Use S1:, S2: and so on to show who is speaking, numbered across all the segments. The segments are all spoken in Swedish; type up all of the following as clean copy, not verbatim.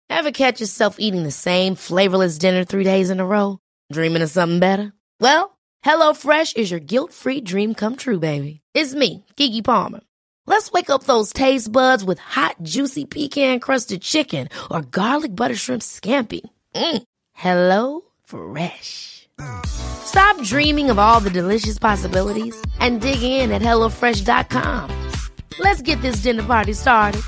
S1: Ever catch yourself eating the same flavorless dinner 3 days in a row? Dreaming of something better? Well, HelloFresh is your guilt-free dream come true, baby. It's me, Keke Palmer. Let's wake up those taste buds with hot, juicy pecan-crusted chicken or garlic butter shrimp scampi. Hello Fresh. Stop dreaming of all the delicious possibilities and dig in at HelloFresh.com. Let's get this dinner party started.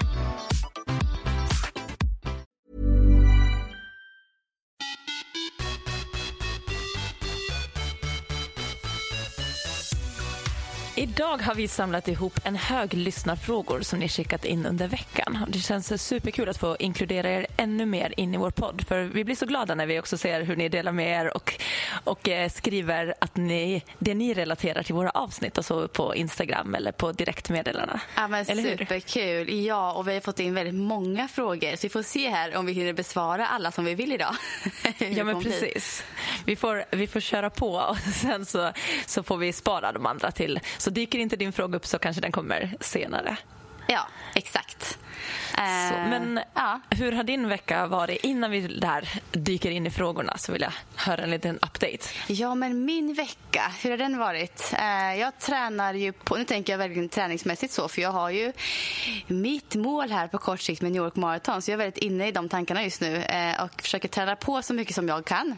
S2: Idag har vi samlat ihop en hög lyssnarfrågor som ni skickat in under veckan. Det känns superkul att få inkludera er ännu mer in i vår podd. För vi blir så glada när vi också ser hur ni delar med er och skriver att det ni relaterar till våra avsnitt och så på Instagram eller på direktmeddelarna.
S3: Ja, men superkul. Ja, och vi har fått in väldigt många frågor. Så vi får se här om vi hinner besvara alla som vi vill idag.
S2: Ja, men precis. Vi får köra på och sen så får vi spara de andra till. Så dyker inte din fråga upp så kanske den kommer senare.
S3: Ja, exakt.
S2: Men hur har din vecka varit? Innan vi där dyker in i frågorna så vill jag höra en liten update.
S3: Ja, men min vecka, hur har den varit? Jag tränar ju på, nu tänker jag verkligen träningsmässigt så, för jag har ju mitt mål här på kort sikt med New York Marathon, så jag är väldigt inne i de tankarna just nu och försöker träna på så mycket som jag kan.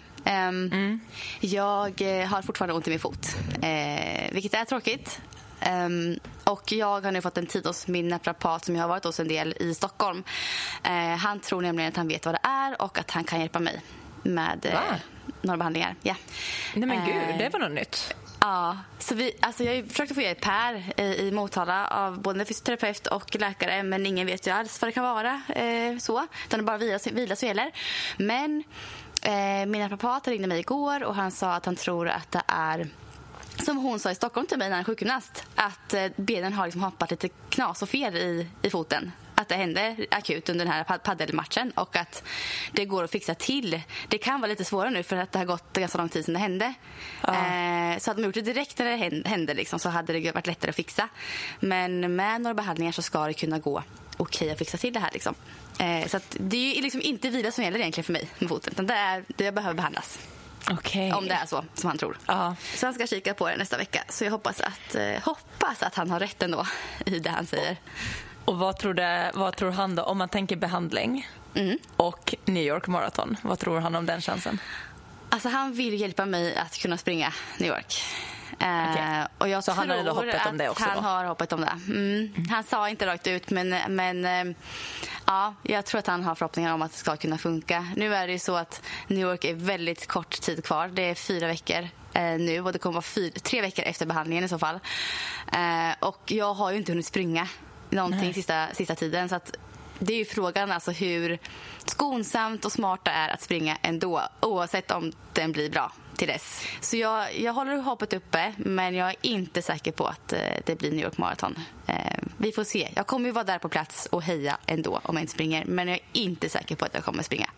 S3: Jag har fortfarande ont i min fot, vilket är tråkigt. Och jag har nu fått en tid hos min naprapat som jag har varit hos en del i Stockholm. Han tror nämligen att han vet vad det är och att han kan hjälpa mig med några behandlingar. Ja.
S2: Nej men gud, det var något nytt.
S3: Ja, så jag försökte få hjälp här i Motala av både fysioterapeut och läkare, men ingen vet ju alls vad det kan vara så. Utan det bara vila så gäller. Men min naprapat ringde mig igår och han sa att han tror att det är, som hon sa i Stockholm till mig när han är sjukgymnast, att benen har liksom hoppat lite knas och fel i foten. Att det hände akut under den här paddelmatchen och att det går att fixa till. Det kan vara lite svårare nu för att det har gått ganska lång tid sedan det hände. Så hade man gjort det direkt när det hände liksom, så hade det varit lättare att fixa. Men med några behandlingar så ska det kunna gå okej att fixa till det här liksom. Så att det är liksom inte vila som gäller egentligen för mig med foten, utan det behöver behandlas.
S2: Okay.
S3: Om det är så som han tror. Så han ska kika på det nästa vecka. Så jag hoppas att han har rätt ändå i det han säger.
S2: Och vad tror han då om man tänker behandling och New York Marathon? Vad tror han om den chansen?
S3: Alltså han vill hjälpa mig att kunna springa New York. Okay. Och jag så
S2: han har hoppet om det också?
S3: Han har hoppet om det. Han sa inte rakt ut, men ja, jag tror att han har förhoppningar om att det ska kunna funka. Nu är det ju så att New York är väldigt kort tid kvar. Det är 4 veckor nu och det kommer vara 3 veckor efter behandlingen i så fall. Och jag har ju inte hunnit springa någonting sista tiden, så att det är ju frågan alltså hur skonsamt och smart det är att springa ändå, oavsett om den blir bra till dess. Så jag håller hoppet uppe, men jag är inte säker på att det blir New York Marathon. Vi får se. Jag kommer ju vara där på plats och heja ändå om jag inte springer, men jag är inte säker på att jag kommer springa.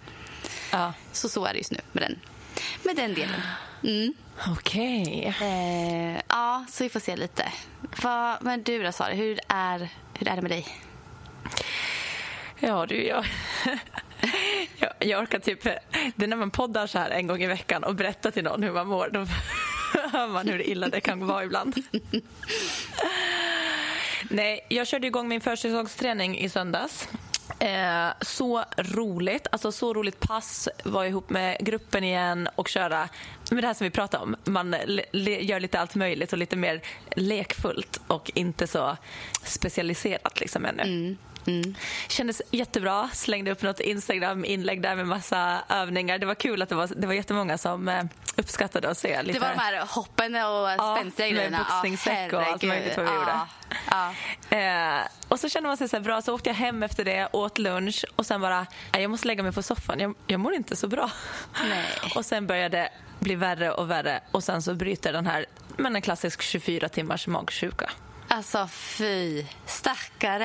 S3: Så är det just nu med den delen.
S2: Okej.
S3: Ja, så vi får se lite. Men du då, Sara, hur är det med dig?
S2: Ja, jag orkar typ, det är när man poddar så här en gång i veckan och berättar till någon hur man mår, då hör man hur illa det kan vara ibland. Nej, jag körde igång min försäsongsträning i söndags. Så roligt, alltså så roligt pass, var ihop med gruppen igen och köra med det här som vi pratade om. Man gör lite allt möjligt och lite mer lekfullt och inte så specialiserat liksom ännu. Kändes jättebra, slängde upp något Instagram-inlägg där med massa övningar. Det var kul att det var jättemånga som uppskattade att se lite.
S3: Det var de här hoppen och spänstiga grejerna.
S2: Med boxningssäck och allt möjligt vad vi gjorde. Och så kände man sig så bra, så åkte jag hem efter det, åt lunch och sen bara, jag måste lägga mig på soffan, jag mår inte så bra. Nej. Och sen började bli värre och värre och sen så bryter den här, men en klassisk 24 timmars magsjuka.
S3: Alltså fy, stackare.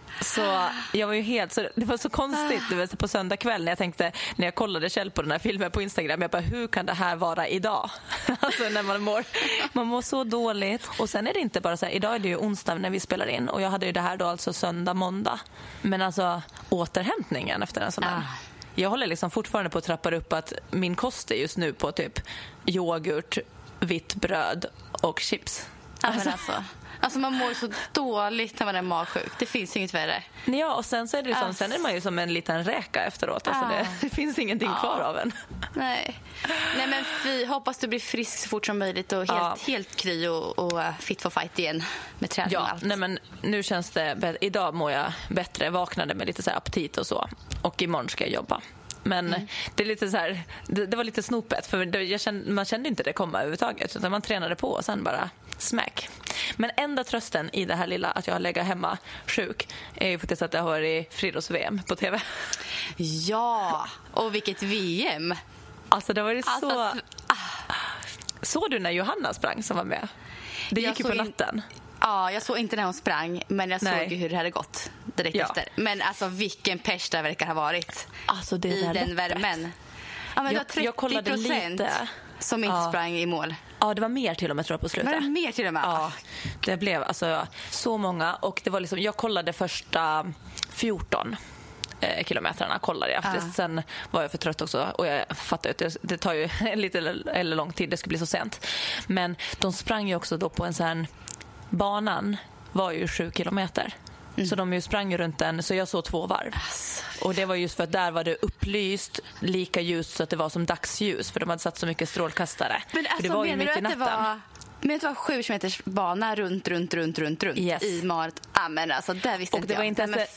S2: Så jag var ju helt... Så det var så konstigt du vet, på söndag kväll när jag tänkte, när jag kollade själv på den här filmen på Instagram, jag bara, hur kan det här vara idag? Alltså när man mår så dåligt. Och sen är det inte bara så här, idag är det ju onsdag när vi spelar in, och jag hade ju det här då alltså söndag, måndag. Men alltså återhämtningen efter en sån här... Jag håller liksom fortfarande på att trappa upp att min kost är just nu på typ yoghurt, vitt bröd och chips.
S3: Alltså man mår så dåligt när man är magsjuk. Det finns inget värre.
S2: Ja, och sen så är det liksom, sen är man ju som en liten räka efteråt. Alltså det finns ingenting kvar av en.
S3: Nej men hoppas du blir frisk så fort som möjligt och helt kry och fit for fight igen med träning och allt.
S2: Nej men nu känns det, idag mår jag bättre, vaknade med lite så här aptit och så. Och imorgon ska jag jobba. Men det är lite så här, det var lite snopet för man kände inte det komma överhuvudtaget, utan man tränade på och sen bara smack. Men enda trösten i det här lilla att jag har legat hemma sjuk är ju faktiskt att jag har i friidrotts-VM på TV.
S3: Ja, och vilket VM.
S2: Alltså det var ju så... Såg du när Johanna sprang som var med? Det gick ju på natten.
S3: Ja, jag såg inte när hon sprang, men jag såg ju hur det hade gått direkt efter. Men alltså vilken pers det verkar ha varit
S2: alltså, det
S3: i den värmen. Ja, men
S2: jag kollade lite
S3: som inte sprang i mål.
S2: Ja, det var mer till och med tror jag på slutet.
S3: Var det mer till och med?
S2: Ja, det blev alltså så många. Och det var liksom, jag kollade första 14 kilometrarna kollade jag. Sen var jag för trött också och jag fattade att det tar ju lite eller lång tid, det skulle bli så sent. Men de sprang ju också då på en sån här, banan var ju 7 kilometer. Så de ju sprang runt den, så jag såg 2 varv. Och det var just för att där var det upplyst, lika ljust så att det var som dagsljus, för de hade satt så mycket strålkastare.
S3: Men alltså,
S2: för det var ju mitt i natten.
S3: Men det var 7 kilometers bana runt
S2: yes.
S3: i marat. Men alltså, där visste
S2: och
S3: inte
S2: det var
S3: jag.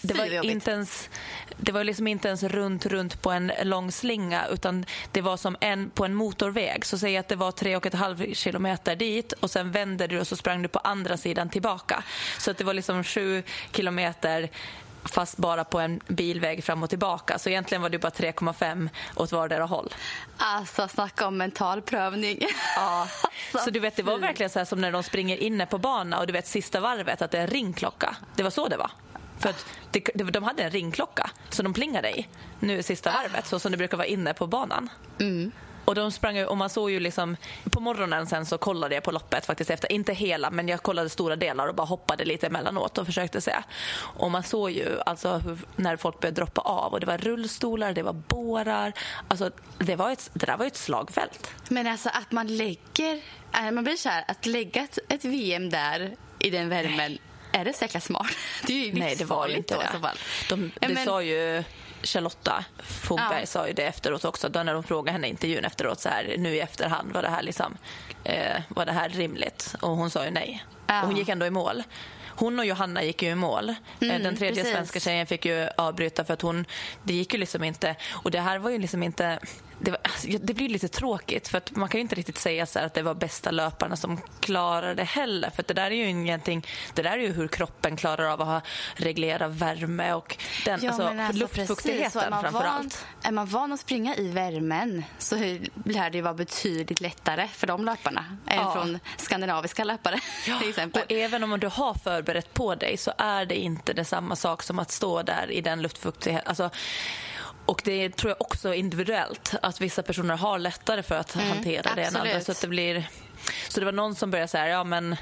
S2: Det var liksom inte ens runt på en lång slinga, utan det var som på en motorväg. Så säg att det var 3,5 kilometer dit och sen vände du och så sprang du på andra sidan tillbaka. Så att det var liksom 7 kilometer fast bara på en bilväg fram och tillbaka. Så egentligen var det bara 3,5 åt vardera håll.
S3: Alltså, snacka om mental prövning.
S2: Ja, så du vet, det var verkligen så här som när de springer inne på banan och du vet sista varvet att det är en ringklocka. Det var så det var. För att de hade en ringklocka så de plingade i nu i sista varvet, så som det brukar vara inne på banan. Och de sprang ju, och man såg ju liksom på morgonen sen så kollade jag på loppet faktiskt efter, inte hela, men jag kollade stora delar och bara hoppade lite emellanåt och försökte se. Och man såg ju alltså när folk började droppa av, och det var rullstolar, det var bårar, alltså det där var ju ett slagfält. Men alltså att man blir så här, att lägga ett VM där i den värmen, är det säkert smart? Det är ju nej, det var inte det. Det sa ju Charlotta Fogberg sa ju det efteråt också, då när de frågade henne i intervjun efteråt så här, nu i efterhand, var det här liksom var det här rimligt? Och hon sa ju nej. Och hon gick ändå i mål. Hon och Johanna gick ju i mål. Den tredje svenska tjejen fick ju avbryta för att det gick ju liksom inte. Och det här var ju liksom inte... Det blir lite tråkigt, för att man kan ju inte riktigt säga så här att det var bästa löparna som klarade det heller. För att det där är ju ingenting... Det där är ju hur kroppen klarar av att reglera värme och luftfuktigheten framförallt.
S3: Är man van att springa i värmen så lär det ju vara betydligt lättare för de löparna än från skandinaviska löpare till exempel.
S2: Och även om du har förberett på dig så är det inte det samma sak som att stå där i den luftfuktigheten. Alltså, och det tror jag också individuellt, att vissa personer har lättare för att hantera det än andra. Så att det blir... Så det var någon som började säga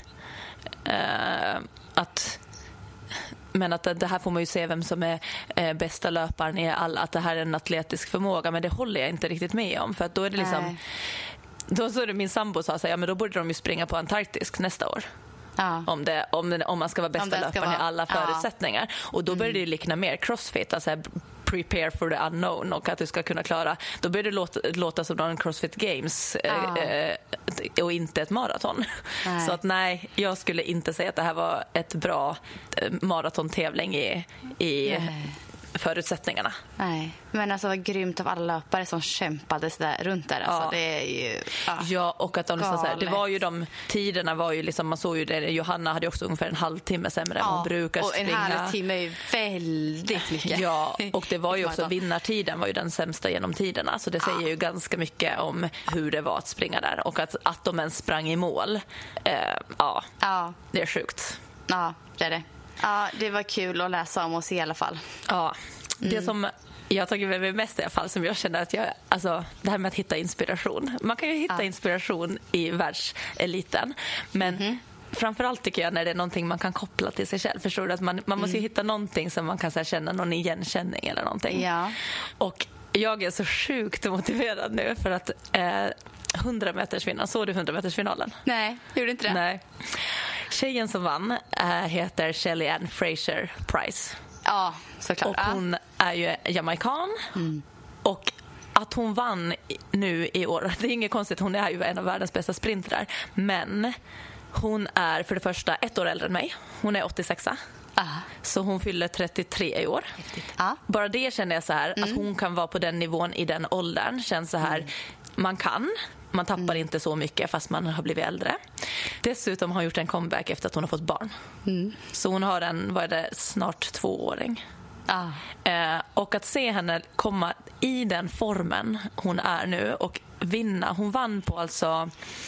S2: men att det här får man ju se vem som är bästa löparen i alla, att det här är en atletisk förmåga, men det håller jag inte riktigt med om, för att då är det liksom då så är det min sambo sa så här, men då borde de ju springa på Antarktis nästa år. Om man ska vara bästa löparen i alla förutsättningar. Och då börjar det ju likna mer crossfit, alltså prepare for the unknown, och att du ska kunna klara, då börjar det låta som någon CrossFit Games och inte ett maraton. Så att nej, jag skulle inte säga att det här var ett bra maratontävling i förutsättningarna. Nej,
S3: men alltså vad grymt av alla löpare som kämpade så där runt där. Alltså, det är ju
S2: och att de liksom så här, det var ju de tiderna var ju liksom, man såg ju det, Johanna hade ju också ungefär en halvtimme sämre än hon brukar springa.
S3: Och en halvtimme är ju väldigt mycket.
S2: Ja, och det var ju också, vinnartiden var ju den sämsta genom tiderna, så det säger ju ganska mycket om hur det var att springa där, och att de ens sprang i mål. Det är sjukt.
S3: Ja, det är det. Ja, det var kul att läsa om och se i alla fall.
S2: Ja, det som jag har tagit med mig mest i alla fall, som jag känner att alltså det här med att hitta inspiration. Man kan ju hitta inspiration i världseliten, men framförallt tycker jag när det är någonting man kan koppla till sig själv. Förstår du? Att man måste ju hitta någonting som man kan så här, känna någon igenkänning eller någonting.
S3: Ja.
S2: Och jag är så sjukt motiverad nu för att 100-metersfinalen, såg du 100-metersfinalen?
S3: Nej, gjorde inte det?
S2: Nej. Tjejen som vann heter Shelly-Ann Fraser-Price.
S3: Ja, såklart.
S2: Och hon är ju jamaican. Och att hon vann nu i år, det är inget konstigt, hon är ju en av världens bästa sprintrar. Men hon är för det första 1 år äldre än mig. Hon är 86. Så hon fyller 33 i år. Bara det känner jag så här, att hon kan vara på den nivån i den åldern. Känns så här, man tappar inte så mycket fast man har blivit äldre. Dessutom har hon gjort en comeback efter att hon har fått barn. Så hon har en, vad är det, snart 2-åring. Och att se henne komma i den formen hon är nu och vinna. Hon vann på alltså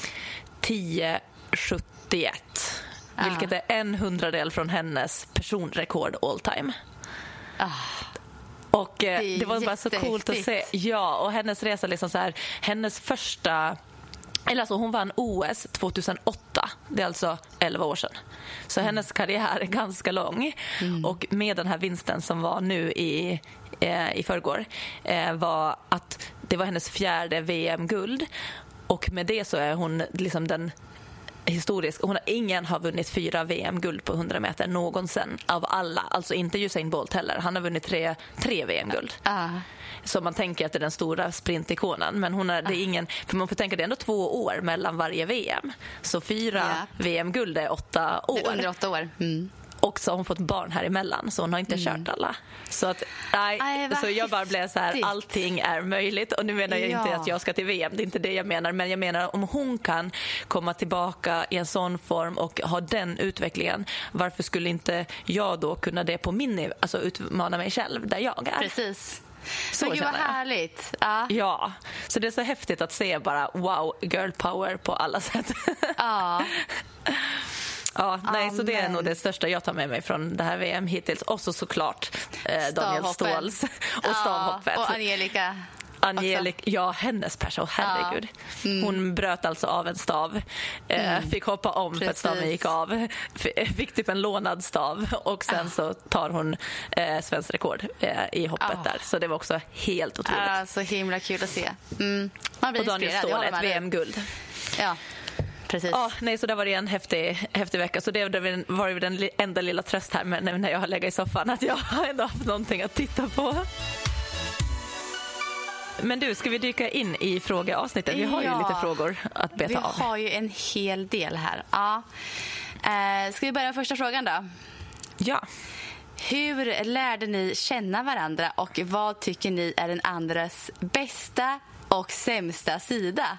S2: 10:71, vilket är 1/100 från hennes personrekord all time. Och det var bara så coolt att se. Ja, och hennes resa liksom så här, hennes första, eller alltså hon vann OS 2008. Det är alltså 11 år sedan. Så hennes karriär är ganska lång. Och med den här vinsten som var nu i förrgår var att det var hennes 4:e VM-guld. Och med det så är hon liksom den historisk. Ingen har vunnit 4 VM-guld på 100 meter någonsin av alla. Alltså inte Usain Bolt heller. Han har vunnit 3 VM-guld. Så man tänker att det är den stora sprintikonen. Men det är ingen, för man får tänka att det är ändå 2 år mellan varje VM. Så 4 VM-guld är 8 år.
S3: Det är under 8 år.
S2: Och så har hon fått barn här emellan, så hon har inte kört alla. Så att så jag bara blev så här, allting är möjligt. Och nu menar jag inte att jag ska till VM, det är inte det jag menar. Men jag menar, om hon kan komma tillbaka i en sån form och ha den utvecklingen, varför skulle inte jag då kunna det på min nivå, alltså utmana mig själv där jag är?
S3: Precis.
S2: Så
S3: men gud vad härligt.
S2: Ja, så det är så häftigt att se bara, wow, girl power på alla sätt. Så det är nog det största jag tar med mig från det här VM hittills. Och så såklart Daniel Ståhls och stavhoppet.
S3: Och Angelica,
S2: hennes person, herregud. Hon bröt alltså av en stav, fick hoppa om för att staven gick av, fick typ en lånad stav och sen så tar hon svensk rekord i hoppet där. Så det var också helt otroligt.
S3: Så himla kul att se. Man blir
S2: och Daniel Ståhl, ett VM-guld.
S3: Ja. Precis.
S2: Så där var det en häftig vecka. Så det var ju den enda lilla tröst här när jag har legat i soffan, att jag har ändå haft någonting att titta på. Men du, ska vi dyka in i frågeavsnittet? Vi har ju lite frågor att beta av.
S3: Vi har ju en hel del här. Ska vi börja med första frågan då?
S2: Ja.
S3: Hur lärde ni känna varandra och vad tycker ni är den andras bästa och sämsta sida?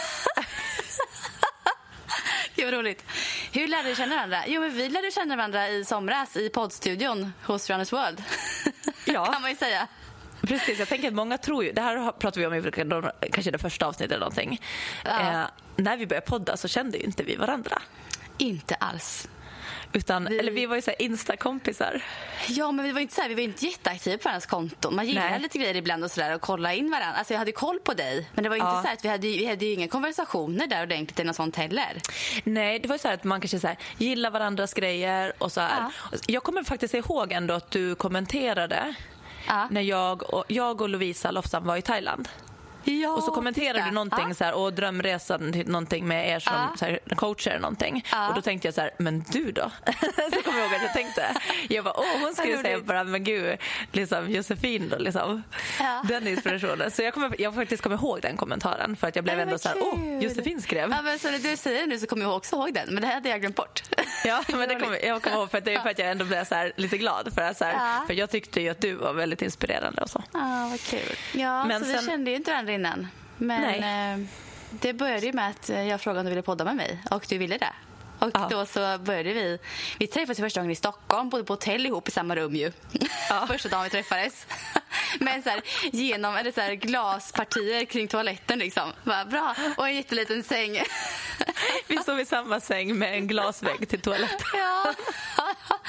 S3: Det var roligt. Hur lärde du känna varandra? Jo, men vi lärde känna varandra i somras i poddstudion hos Runners World. Kan man ju säga.
S2: Precis, jag tänker att många tror ju, det här pratar vi om i kanske det första avsnittet eller någonting. När vi började podda så kände ju inte vi varandra.
S3: Inte alls.
S2: Eller vi var ju så här Insta-kompisar.
S3: Ja, men vi var inte jätteaktiva på varandras konton. Man gillade lite grejer ibland och sådär och kolla in varandra. Alltså jag hade koll på dig, men det var inte så här att vi hade ju inga konversationer där ordentligt eller något sånt heller. Nej, det var ju så här att man kanske så här gillar varandras grejer och så här. Jag kommer faktiskt ihåg ändå att du kommenterade när jag och Lovisa Lofsam var i Thailand. Ja, och så kommenterade du någonting så här, och drömresan till någonting med er som så här, coacher eller någonting. Och då tänkte jag så här, men du då? Så kommer jag ihåg att jag tänkte. Jag bara, hon skulle säga bara, men gud, liksom Josefin då, liksom. Den inspirationen. Så jag faktiskt kommer ihåg den kommentaren för att jag blev ändå så här, Josefin skrev. Ja, men så när du säger det nu så kommer jag också ihåg den, men det hade jag glömt bort.
S2: Ja, men jag kommer ihåg för att jag ändå blev så här, lite glad för så här, för jag tyckte ju att du var väldigt inspirerande och så.
S3: Vad kul. Ja, men så vi kände ju inte varandra innan. Men det började ju med att jag frågade om du ville podda med mig och du ville det. Och då så började vi träffades första gången i Stockholm, bodde på hotell ihop i samma rum ju. Första dagen vi träffades. Men så här, genom så här, glaspartier kring toaletten liksom. Bra. Och en jätteliten säng.
S2: Vi sov i samma säng med en glasvägg till toaletten.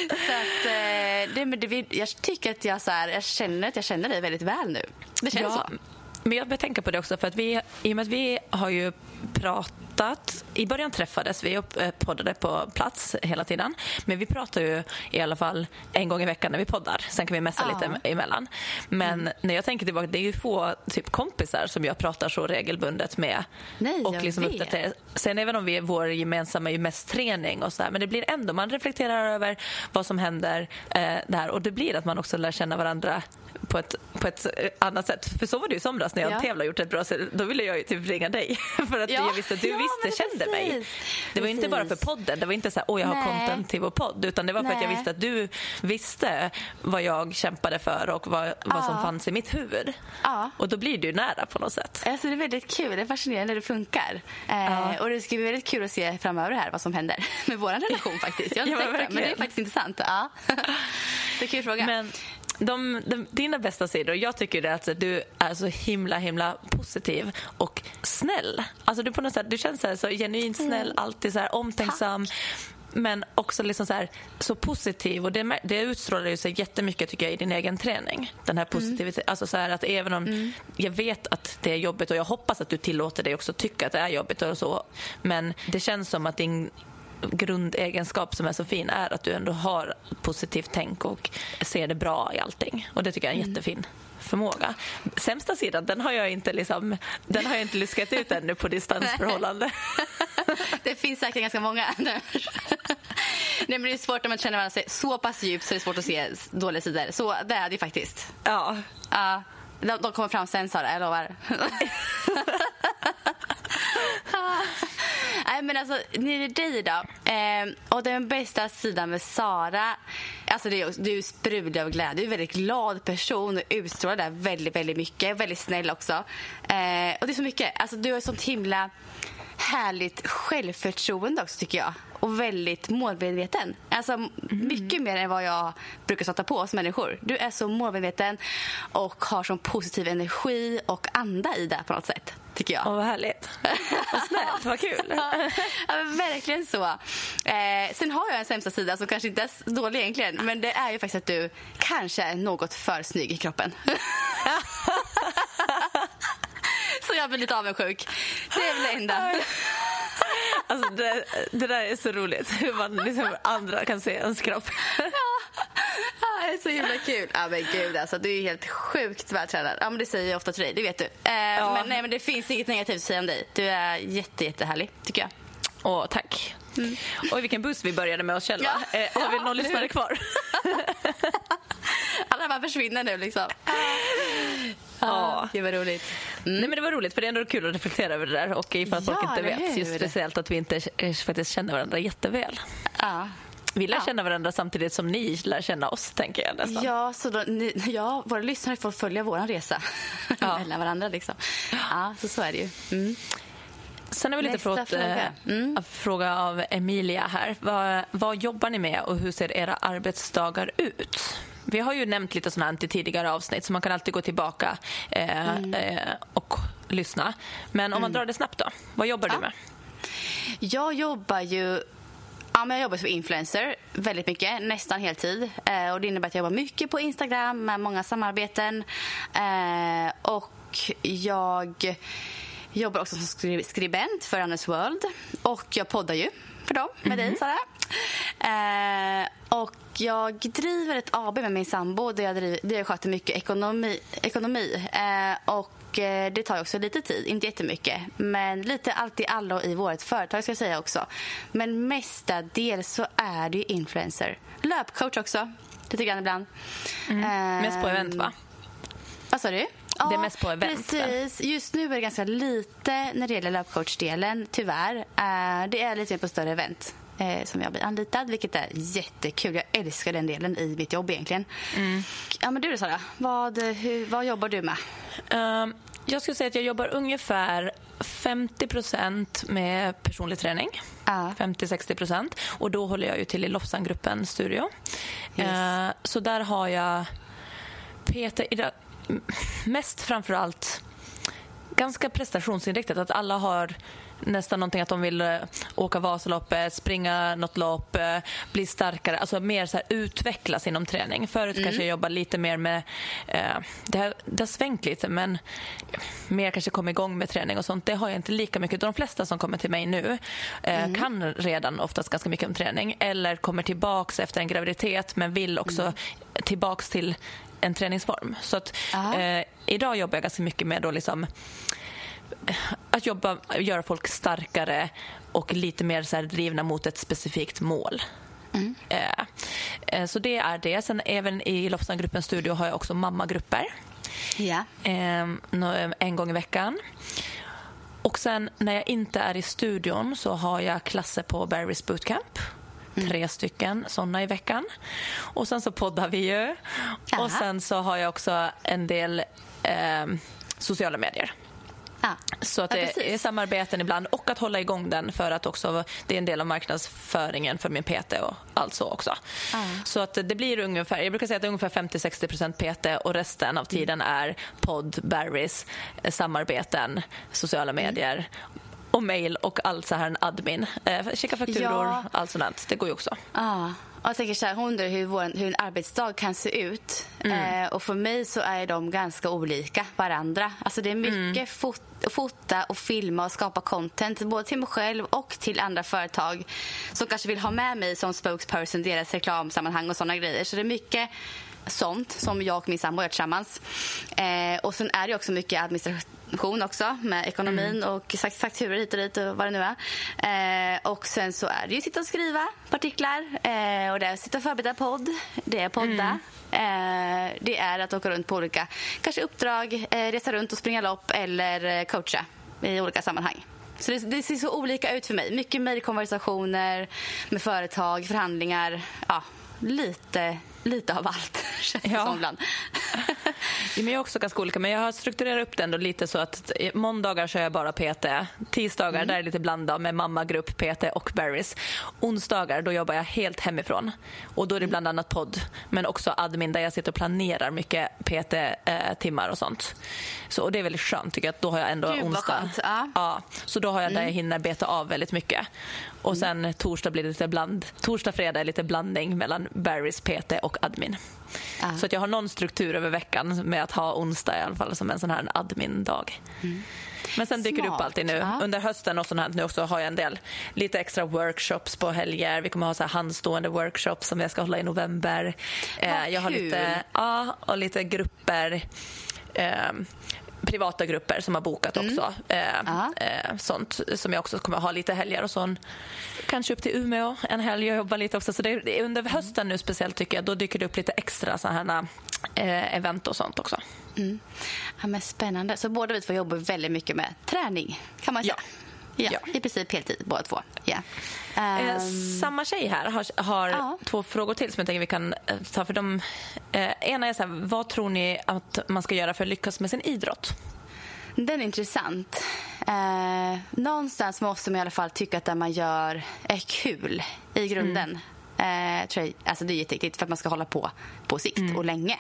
S3: Så att, jag tycker att jag känner dig väldigt väl nu. Det känns så.
S2: Men jag börjar tänka på det också, för att i och med att vi har ju pratat, i början träffades vi och poddade på plats hela tiden, men vi pratar ju i alla fall en gång i veckan när vi poddar, sen kan vi messa lite emellan. Men när jag tänker tillbaka, det är ju få typ kompisar som jag pratar så regelbundet med.
S3: Nej,
S2: och liksom uppdaterar. Sen även om vi är vår gemensamma är ju mest träning och så här, men det blir ändå, man reflekterar över vad som händer där, och det blir att man också lär känna varandra på ett annat sätt. För så var det ju somras när jag tävlade och gjort ett bra sätt. Då ville jag ju typ ringa dig för att jag visste att du kände mig. Det var inte bara för podden. Det var inte så här, jag har content till vår podd, utan det var för att jag visste att du visste vad jag kämpade för och vad som fanns i mitt huvud. Och då blir du nära på något sätt.
S3: Alltså, det är väldigt kul. Det är fascinerande när det funkar. Och det ska bli väldigt kul att se framöver här vad som händer med vår relation faktiskt. Jag har inte tänkt det, men det är faktiskt intressant. Så kul fråga.
S2: Men dina bästa sidor, jag tycker det att du är så himla positiv och snäll. Alltså du på något sätt, du känns så genuint snäll, alltid så här omtänksam. Tack. Men också liksom så positiv, och det utstrålar ju sig jättemycket tycker jag i din egen träning. Den här positiviteten, alltså så här att även om jag vet att det är jobbigt och jag hoppas att du tillåter dig också tycka att det är jobbigt och så, men det känns som att din grundegenskap som är så fin är att du ändå har positivt tänk och ser det bra i allting, och det tycker jag är en jättefin förmåga. Sämsta sidan, den har jag inte luskat ut ännu på distansförhållande.
S3: Det finns säkert ganska många. Nej, men det är svårt om man känner varandra så pass djupt, så det är svårt att se dåliga sidor. Så det är det faktiskt.
S2: Ja.
S3: De kommer fram sen, Sara, jag lovar. Nej, men alltså, ni är dig då. Och den bästa sidan med Sara, alltså du är sprudlig av glädje. Du är en väldigt glad person och utstrålar där väldigt, väldigt mycket. Väldigt snäll också. Och det är så mycket. Alltså, du har sånt himla härligt självförtroende också, tycker jag. Och väldigt målmedveten. Alltså mycket mer än vad jag brukar sätta på oss människor. Du är så målmedveten och har sån positiv energi och anda i det på något sätt, tycker jag.
S2: Vad härligt. Vad snällt, vad kul.
S3: Ja, verkligen så. Sen har jag en sämsta sida som kanske inte är så dålig egentligen, men det är ju faktiskt att du kanske är något för snygg i kroppen. Så jag blir lite avundsjuk. Det är väl det enda.
S2: Alltså det där är så roligt, hur man liksom andra kan se ens kropp.
S3: Det är så himla kul. Ja, men gud, alltså, du är helt sjukt vältränad. Ja, men det säger jag ofta till dig, det vet du. Men det finns inget negativt att säga om dig. Du är jättehärlig, tycker jag.
S2: Tack. Och vilken buss vi började med oss själva. Har vi någon lyssnare kvar?
S3: Alla bara försvinner nu liksom. Det var roligt.
S2: Nej, men det var roligt, för det är ändå kul att reflektera över det där. Och ifall folk inte vet, just speciellt att vi inte faktiskt känner varandra jätteväl. Vi lär känna varandra samtidigt som ni lär känna oss, tänker jag nästan.
S3: Ja, så då, våra lyssnare får följa vår resa mellan varandra liksom. Så är det ju.
S2: Sen har vi lite fråga av Emilia här. Vad jobbar ni med och hur ser era arbetsdagar ut? Vi har ju nämnt lite sådana här tidigare avsnitt, så man kan alltid gå tillbaka och lyssna. Men om man drar det snabbt då, vad jobbar du med?
S3: Jag jobbar som influencer väldigt mycket, nästan heltid. Och det innebär att jag jobbar mycket på Instagram med många samarbeten. Och jag jobbar också som skribent för Anna's World. Och jag poddar ju för dem, med dig, Sara. Och jag driver ett AB med min sambo där jag sköter mycket ekonomi. Och det tar också lite tid, inte jättemycket. Men lite allt i allo i vårt företag, ska jag säga också. Men mestadels så är det ju influencer. Löpcoach också, lite grann ibland.
S2: Mest på event, va?
S3: Vad sa du?
S2: Det är mest på event.
S3: Precis. Just nu är det ganska lite när det gäller löpcoach-delen, tyvärr. Det är lite mer på större event som jag blir anlitad, vilket är jättekul. Jag älskar den delen i mitt jobb egentligen. Ja, men du då, Sara, vad jobbar du med?
S2: Jag skulle säga att jag jobbar ungefär 50% med personlig träning. 50-60%. Och då håller jag ju till i Lofsangruppen studio. Yes. Så där har jag Peter, mest framförallt ganska prestationsinriktat, att alla har nästan någonting att de vill åka Vasaloppet, springa något lopp, bli starkare, alltså mer så här utvecklas inom träning. Förut kanske jag jobbar lite mer med det har svängt lite, men mer kanske komma igång med träning och sånt. Det har jag inte lika mycket. De flesta som kommer till mig nu kan redan oftast ganska mycket om träning, eller kommer tillbaks efter en graviditet men vill också tillbaks till en träningsform. Så att idag jobbar jag ganska mycket med då liksom att göra folk starkare och lite mer så här drivna mot ett specifikt mål. Så det är det. Sen även i Lofsangruppens studio har jag också mammagrupper. En gång i veckan. Och sen när jag inte är i studion så har jag klasser på Barry's Bootcamp. 3 stycken sådana i veckan. Och sen så poddar vi ju. Och sen så har jag också en del sociala medier. Så att det är samarbeten ibland och att hålla igång den, för att också det är en del av marknadsföringen för min PT och allt så också. Så att det blir ungefär, jag brukar säga att det är ungefär 50-60% PT och resten av tiden är podd, Barry's, samarbeten, sociala medier och mejl och allt så här, en admin. Skicka fakturor, allt sånt. Det går ju också.
S3: Jag tänker så här, hon undrar hur en arbetsdag kan se ut. Och för mig så är de ganska olika varandra. Alltså det är mycket fota och filma och skapa content både till mig själv och till andra företag som kanske vill ha med mig som spokesperson, deras reklamsammanhang och sådana grejer. Så det är mycket sånt som jag och min sambo gör tillsammans. Och sen är det också mycket administration också med ekonomin och fakturor hit och dit och vad det nu är. Och sen så är det ju sitta och skriva artiklar och det är sitta och förbereda podd. Det är podda. Det är att åka runt på olika kanske uppdrag, resa runt och springa lopp eller coacha i olika sammanhang. Så det ser så olika ut för mig. Mycket mejlkonversationer med företag, förhandlingar, lite av allt. Ibland.
S2: Men jag är också ganska olika, men jag har strukturerat upp den då lite så att måndagar kör jag bara PT, tisdagar där är lite blandat med mammagrupp, PT och Barry's. Onsdagar då jobbar jag helt hemifrån och då är det bland annat podd, men också admin där jag sitter och planerar mycket PT-timmar och sånt. Så, och det är väldigt skönt tycker jag, att då har jag ändå onsdag. Så då har jag där jag hinner beta av väldigt mycket. Och sen torsdag blir det lite torsdag, fredag är lite blandning mellan Barry's, PT och admin. Så att jag har någon struktur över veckan med att ha onsdag i alla fall som en sån här admin-dag. Men sen dyker det upp alltid nu. Under hösten och sånt här nu också har jag en del lite extra workshops på helger. Vi kommer ha så här handstående workshops som jag ska hålla i november. Jag har lite grupper, privata grupper som har bokat också. Sånt som jag också kommer ha lite helger och sånt. Kanske upp till Umeå en helg och jobba lite också. Så det är under hösten nu speciellt tycker jag. Då dyker det upp lite extra så här event och sånt också.
S3: Ja, men spännande. Så båda vi två jobbar väldigt mycket med träning kan man säga. Ja, i princip heltid båda två.
S2: Samma tjej här har 2 frågor till som jag tänker vi kan ta för dem. Ena är så här, vad tror ni att man ska göra för att lyckas med sin idrott?
S3: Den är intressant. Någonstans måste man i alla fall tycka att det man gör är kul i grunden. Tror jag, alltså det är jätteviktigt för att man ska hålla på sikt och länge.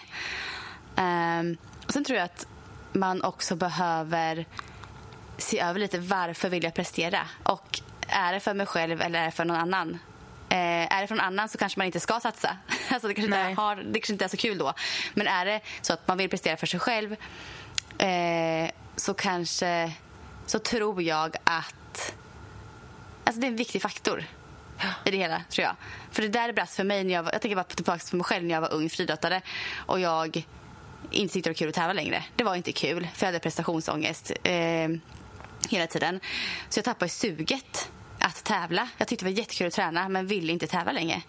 S3: Och sen tror jag att man också behöver se över lite varför vill jag prestera och är det för mig själv eller är det för någon annan? Är det för någon annan så kanske man inte ska satsa. Alltså det kanske inte är så kul då. Men är det så att man vill prestera för sig själv så tror jag att alltså det är en viktig faktor i det hela, tror jag. För det där brast för mig när jag tänker bara tillbaka på mig själv när jag var ung friidrottare och jag inte tyckte det var kul att tävla längre. Det var inte kul för jag hade prestationsångest hela tiden. Så jag tappade suget att tävla. Jag tyckte det var jättekul att träna men ville inte tävla längre.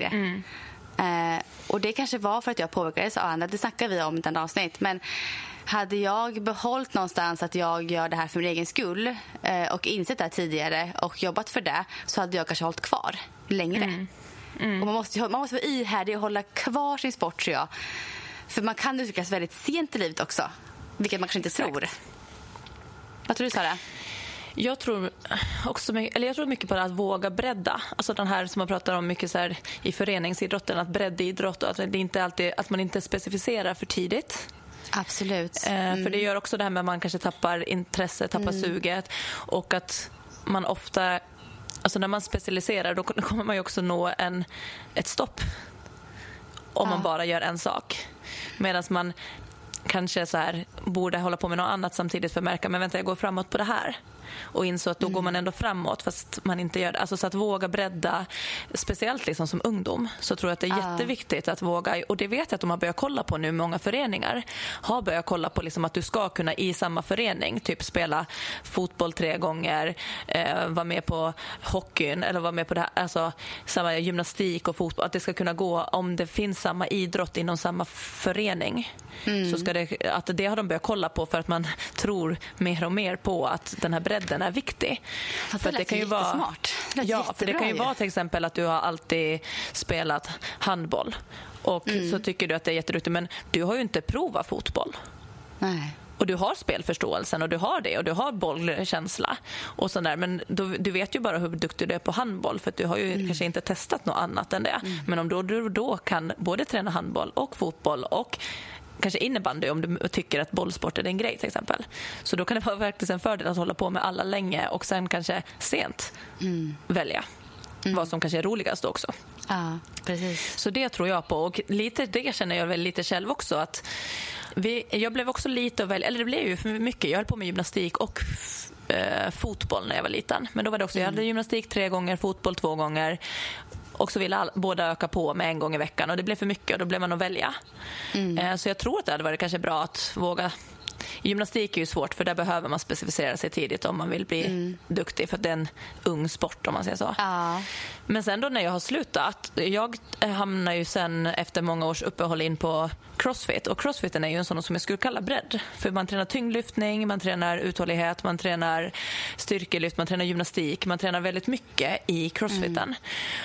S3: Och det kanske var för att jag påverkades av andra. Det snackar vi om i ett avsnitt. Men hade jag behållit någonstans att jag gör det här för min egen skull och insett det här tidigare och jobbat för det, så hade jag kanske hållit kvar längre. Och man måste vara ihärdig och hålla kvar sin sport, tror jag. För man kan utvecklas väldigt sent i livet också, vilket man kanske inte tror. Vad tror du, Sara?
S2: Jag tror mycket på att våga bredda. Alltså den här som man pratar om mycket så här i föreningsidrotten, att breddidrott och att det inte alltid att man inte specificerar för tidigt.
S3: Absolut.
S2: För det gör också det här med att man kanske tappar intresse, tappar suget och att man ofta, alltså när man specialiserar, då kommer man ju också nå ett stopp om man bara gör en sak. Medan man kanske så här borde hålla på med något annat samtidigt för att märka, men vänta, jag går framåt på det här. Och inså att då går man ändå framåt fast man inte gör det. Alltså så att våga bredda, speciellt liksom som ungdom, så tror jag att det är jätteviktigt att våga. Och det vet jag att de har börjat kolla på nu. Många föreningar har börjat kolla på liksom att du ska kunna i samma förening typ spela fotboll 3 gånger, vara med på hockeyn eller vara med på det här, alltså samma gymnastik och fotboll. Att det ska kunna gå om det finns samma idrott inom samma förening. Så ska det har de börjat kolla på för att man tror mer och mer på att den här bredden är viktig.
S3: För det kan ju vara smart.
S2: För det kan ju vara till exempel att du har alltid spelat handboll och så tycker du att det är jätteduktigt, men du har ju inte provat fotboll.
S3: Nej.
S2: Och du har spelförståelsen och du har det och du har bollkänsla och sådär, men du vet ju bara hur duktig du är på handboll för att du har ju kanske inte testat något annat än det. Men om du då kan både träna handboll och fotboll och kanske innebandy om du tycker att bollsport är din grej till exempel. Så då kan det vara verkligen en fördel att hålla på med alla länge och sen kanske sent välja vad som kanske är roligast också.
S3: Ja, precis.
S2: Så det tror jag på, och lite det känner jag väl lite själv också att jag blev också lite att välja, eller det blev ju för mycket. Jag höll på med gymnastik och fotboll när jag var liten, men då var det också jag hade gymnastik 3 gånger, fotboll 2 gånger. Och så ville båda öka på med 1 gång i veckan. Och det blev för mycket och då blev man att välja. Så jag tror att det hade varit kanske bra att våga. Gymnastik är ju svårt för där behöver man specificera sig tidigt om man vill bli duktig. För att det är en ung sport om man säger så. Men sen då när jag har slutat. Jag hamnar ju sen efter många års uppehåll in på crossfit. Och crossfiten är ju en sån som jag skulle kalla bredd. För man tränar tyngdlyftning, man tränar uthållighet, man tränar styrkelyft, man tränar gymnastik. Man tränar väldigt mycket i crossfiten.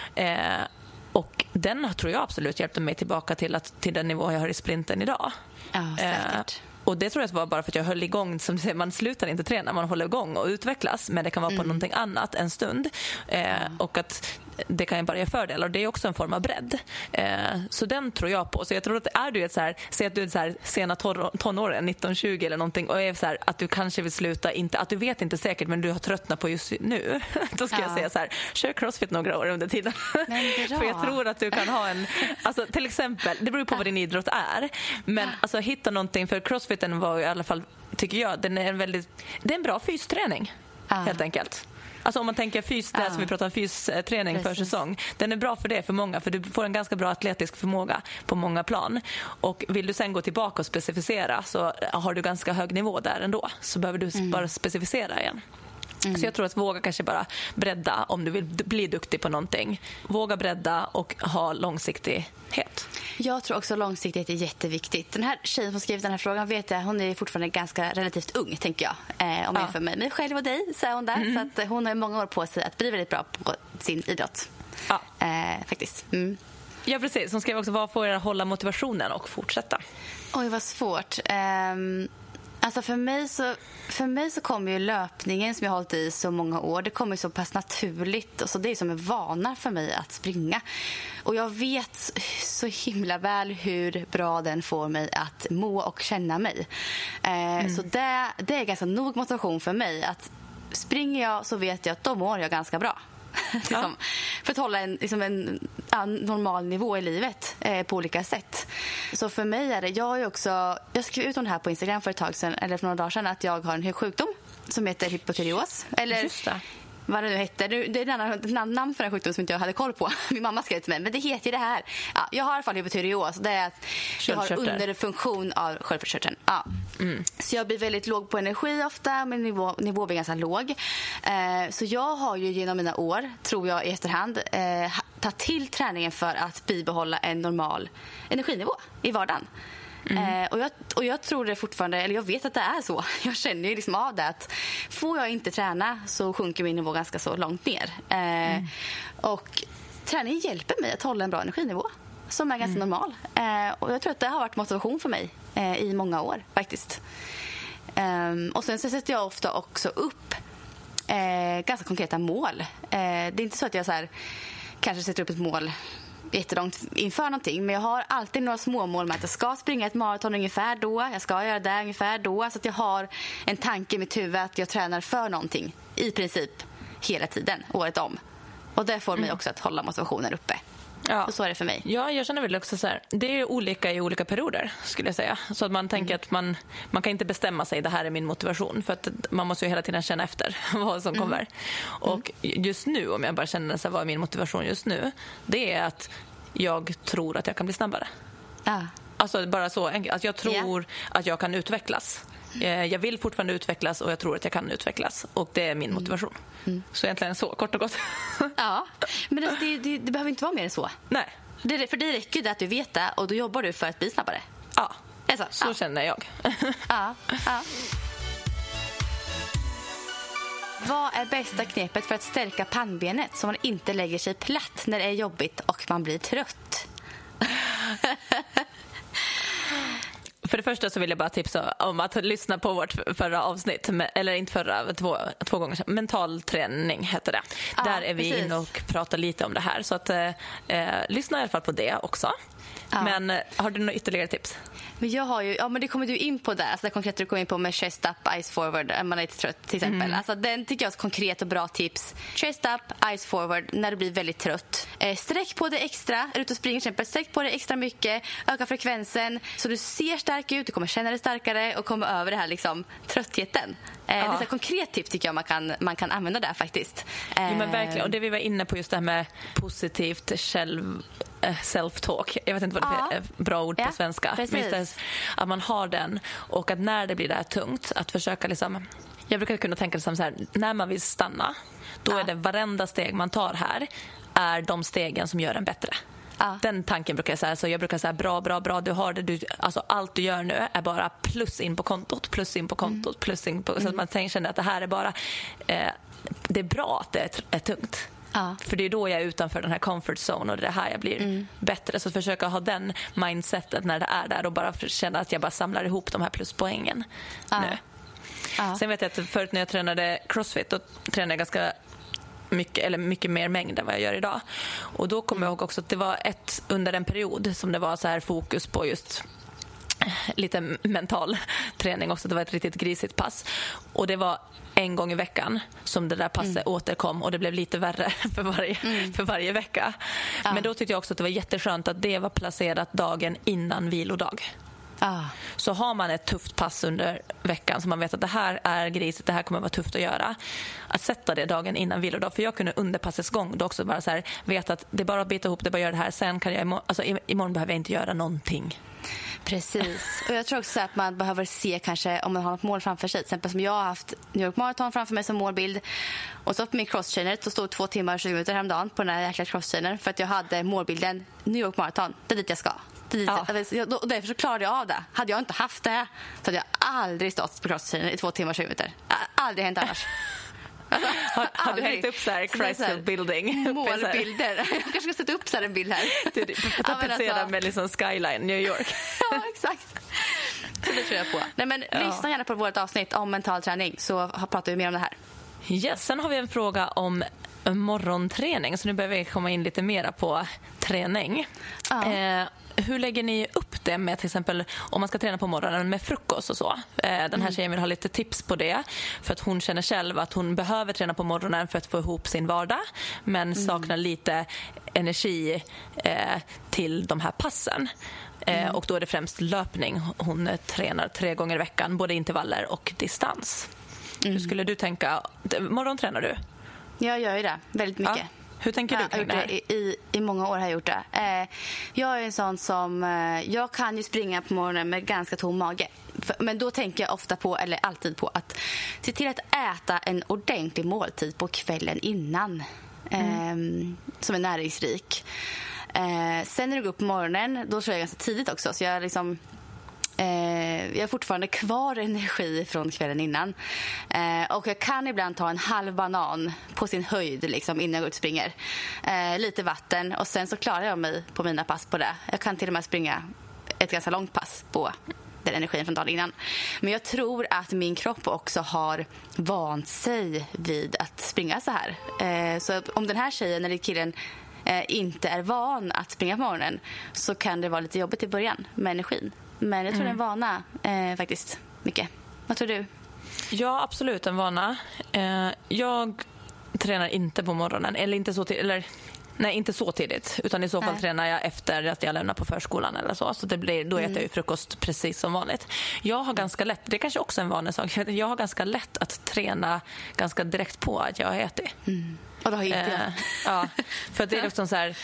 S2: Och den tror jag absolut hjälpte mig tillbaka till den nivå jag har i sprinten idag.
S3: Ja, säkert.
S2: Och det tror jag var bara för att jag höll igång, som du säger, man slutar inte träna, man håller igång och utvecklas, men det kan vara på någonting annat en stund. Och att det kan ju bara ge fördelar, och det är också en form av bredd. Så den tror jag på. Så jag tror att är du ett så här, säg att du är så här sena tonåren, 19-20 eller någonting, och är så här att du kanske vill sluta, inte att du vet inte säkert, men du har tröttnat på just nu. Då ska jag säga så här, kör crossfit några år under tiden. För jag tror att du kan ha en, alltså till exempel, det beror på vad din idrott är, men alltså hitta någonting, för crossfiten var i alla fall, tycker jag, det är en bra fysträning helt enkelt. Alltså om man tänker som vi pratar om fysträning för säsong, den är bra för det för många, för du får en ganska bra atletisk förmåga på många plan. Och vill du sen gå tillbaka och specificera, så har du ganska hög nivå där ändå, så behöver du bara specificera igen. Så jag tror att våga kanske bara bredda om du vill bli duktig på någonting. Våga bredda och ha långsiktighet.
S3: Jag tror också långsiktighet är jätteviktigt. Den här tjejen som skrivit den här frågan, vet jag, hon är fortfarande ganska relativt ung, tänker jag. Om jag jämför mig själv och dig, säger hon där. Så att hon har många år på sig att bli väldigt bra på sin idrott. Ja. Faktiskt.
S2: Ja, precis. Hon skrev också, vad får er att hålla motivationen och fortsätta?
S3: Oj, vad svårt. Alltså för mig så kommer ju löpningen som jag har hållit i så många år, det kommer så pass naturligt, och så det är som en vana för mig att springa. Och jag vet så himla väl hur bra den får mig att må och känna mig. Så det är ganska nog motivation för mig, att springer jag så vet jag att då mår jag ganska bra. Liksom, för att hålla en normal nivå i livet på olika sätt. Så för mig är det, jag skrev ut om det här på Instagram för ett tag sedan, eller för några dagar sedan, att jag har en sjukdom som heter hypotyreos, eller vad det nu hette. Det är ett annat namn för en sjukdom som inte jag hade koll på. Min mamma skrev till mig, men det heter det här. Ja, jag har i alla fall hypotyreos. Det är att jag har underfunktion av sköldkörteln. Ja. Så jag blir väldigt låg på energi ofta, men nivå blir ganska låg. Så jag har ju genom mina år, tror jag i efterhand, tagit till träningen för att bibehålla en normal energinivå i vardagen. Och jag tror det fortfarande, eller jag vet att det är så. Jag känner ju liksom av det, att får jag inte träna så sjunker min nivå ganska så långt ner. Och träning hjälper mig att hålla en bra energinivå som är ganska normal. Och jag tror att det har varit motivation för mig i många år faktiskt. Och sen så sätter jag ofta också upp ganska konkreta mål. Det är inte så att jag så här, kanske sätter upp ett mål jättelångt inför någonting, men jag har alltid några små mål med att jag ska springa ett maraton ungefär då, jag ska göra det ungefär då, så att jag har en tanke i mitt huvud att jag tränar för någonting i princip hela tiden, året om. Och det får mig också att hålla motivationen uppe.
S2: Ja.
S3: Så är det för mig.
S2: Ja, jag känner väl också så här, det är olika i olika perioder skulle jag säga. Så att man tänker att man kan inte bestämma sig, det här är min motivation. För att man måste ju hela tiden känna efter vad som kommer. Och just nu, om jag bara känner så här, vad är min motivation just nu? Det är att jag tror att jag kan bli snabbare. Alltså bara så enkelt, att jag tror att jag kan utvecklas. Jag vill fortfarande utvecklas och jag tror att jag kan utvecklas. Och det är min motivation. Så egentligen så, kort och gott.
S3: Ja, men det behöver inte vara mer än så.
S2: Nej.
S3: För det räcker ju det att du vet det och då jobbar du för att bli snabbare.
S2: Ja,
S3: alltså,
S2: så känner jag.
S3: Ja. Vad är bästa knepet för att stärka pannbenet så man inte lägger sig platt när det är jobbigt och man blir trött?
S2: För det första så vill jag bara tipsa om att lyssna på vårt förra avsnitt. Eller inte förra, två gånger sedan. Mental träning heter det.
S3: Ja,
S2: där är vi inne och pratar lite om det här. Så att lyssna i alla fall på det också. Ja. Men har du några ytterligare tips?
S3: Men jag har ju, men det kommer du in på där. Alltså det konkret du kommer in på med chest up, eyes forward, man är lite trött till exempel. Alltså den tycker jag är ett konkret och bra tips. Chest up, eyes forward när du blir väldigt trött. Sträck på det extra, är ute och springer till exempel. Sträck på det extra mycket, öka frekvensen så du ser stark ut, du kommer känna dig starkare och komma över det här liksom tröttheten. Det är ett konkret tips tycker jag man kan använda där faktiskt.
S2: Jo, men verkligen. Och det vi var inne på just det här med positivt self-talk. Jag vet inte vad det är bra ord på svenska. Men att man har den och att när det blir det här tungt att försöka liksom, jag brukar kunna tänka liksom så här, när man vill stanna då är det varenda steg man tar här är de stegen som gör en bättre. Den tanken brukar jag säga. Så jag brukar säga bra, du har det. Alltså allt du gör nu är bara plus in på kontot. Så att man känner att det här är bara det är bra att det är tungt. För det är då jag är utanför den här comfort zone och det är här jag blir bättre. Så försöka ha den mindsetet när det är där och bara känna att jag bara samlar ihop de här pluspoängen nu. Sen vet jag att förut när jag tränade CrossFit då tränade jag ganska mycket mer mängd än vad jag gör idag. Och då kommer jag ihåg också att det var under en period som det var så här fokus på just lite mental träning också. Det var ett riktigt grisigt pass. Och det var en gång i veckan som det där passet återkom och det blev lite värre för varje vecka. Men då tyckte jag också att det var jätteskönt att det var placerat dagen innan vilodag. Så har man ett tufft pass under veckan så man vet att det här är grisigt, det här kommer vara tufft att göra, att sätta det dagen innan vilodag. För jag kunde under passets gång då också bara så här, veta att det är bara att bita ihop, det är bara att göra det här, sen kan jag imorgon behöver jag inte göra någonting.
S3: Precis. Och jag tror också att man behöver se kanske om man har något mål framför sig. Till exempel som jag har haft New York Marathon framför mig som målbild. Och så på min crosstrainer så stod 2 timmar och 20 minuter häromdagen på den här jäkla crosstrainern för att jag hade målbilden New York Marathon. Det är dit jag ska. Och därför så klarade jag av det. Hade jag inte haft det så hade jag aldrig stått på crosstrainer i 2 timmar och 20 minuter. Aldrig hänt annars. Alltså,
S2: har du hängt upp så här Chrysler building?
S3: Målbilder. Jag kanske ska sätta upp så här en bild här.
S2: Tapetsera med liksom skyline New York.
S3: Ja, exakt. Så det tror jag på. Nej, men lyssna gärna på vårt avsnitt om mental träning så pratar vi mer om det här.
S2: Yes, sen har vi en fråga om morgonträning. Så nu behöver vi komma in lite mera på träning. Hur lägger ni upp det med till exempel om man ska träna på morgonen med frukost och så? Den här tjejen vill ha lite tips på det för att hon känner själv att hon behöver träna på morgonen för att få ihop sin vardag men saknar lite energi till de här passen. Och då är det främst löpning. Hon tränar 3 gånger i veckan, både intervaller och distans. Hur skulle du tänka? Morgontränar du?
S3: Jag gör ju det väldigt mycket.
S2: Ja. Hur tänker du kring det här?
S3: I många år har jag gjort det. Jag är en sån som... jag kan ju springa på morgonen med ganska tom mage. Men då tänker jag ofta på, eller alltid på, att se till att äta en ordentlig måltid på kvällen innan. Som är näringsrik. Sen när du går upp på morgonen, då kör jag ganska tidigt också. Så jag liksom... jag har fortfarande kvar energi från kvällen innan. Och jag kan ibland ta en halv banan på sin höjd liksom, innan jag går ut och springer. Lite vatten och sen så klarar jag mig på mina pass på det. Jag kan till och med springa ett ganska långt pass på den energin från dagen innan. Men jag tror att min kropp också har vant sig vid att springa så här. Så om den här tjejen eller killen inte är van att springa på morgonen så kan det vara lite jobbigt i början med energin. Men jag tror det är en vana faktiskt mycket. Vad tror du?
S2: Ja, absolut en vana. Jag tränar inte på morgonen. Eller inte så tidigt. Nej, inte så tidigt. Utan i så fall tränar jag efter att jag lämnar på förskolan eller så. Så då äter jag ju frukost precis som vanligt. Jag har ganska lätt, det är kanske också en vanlig sak. Jag har ganska lätt att träna ganska direkt på att jag har ätit.
S3: Och då har inte jag.
S2: Ja, för det är liksom så här...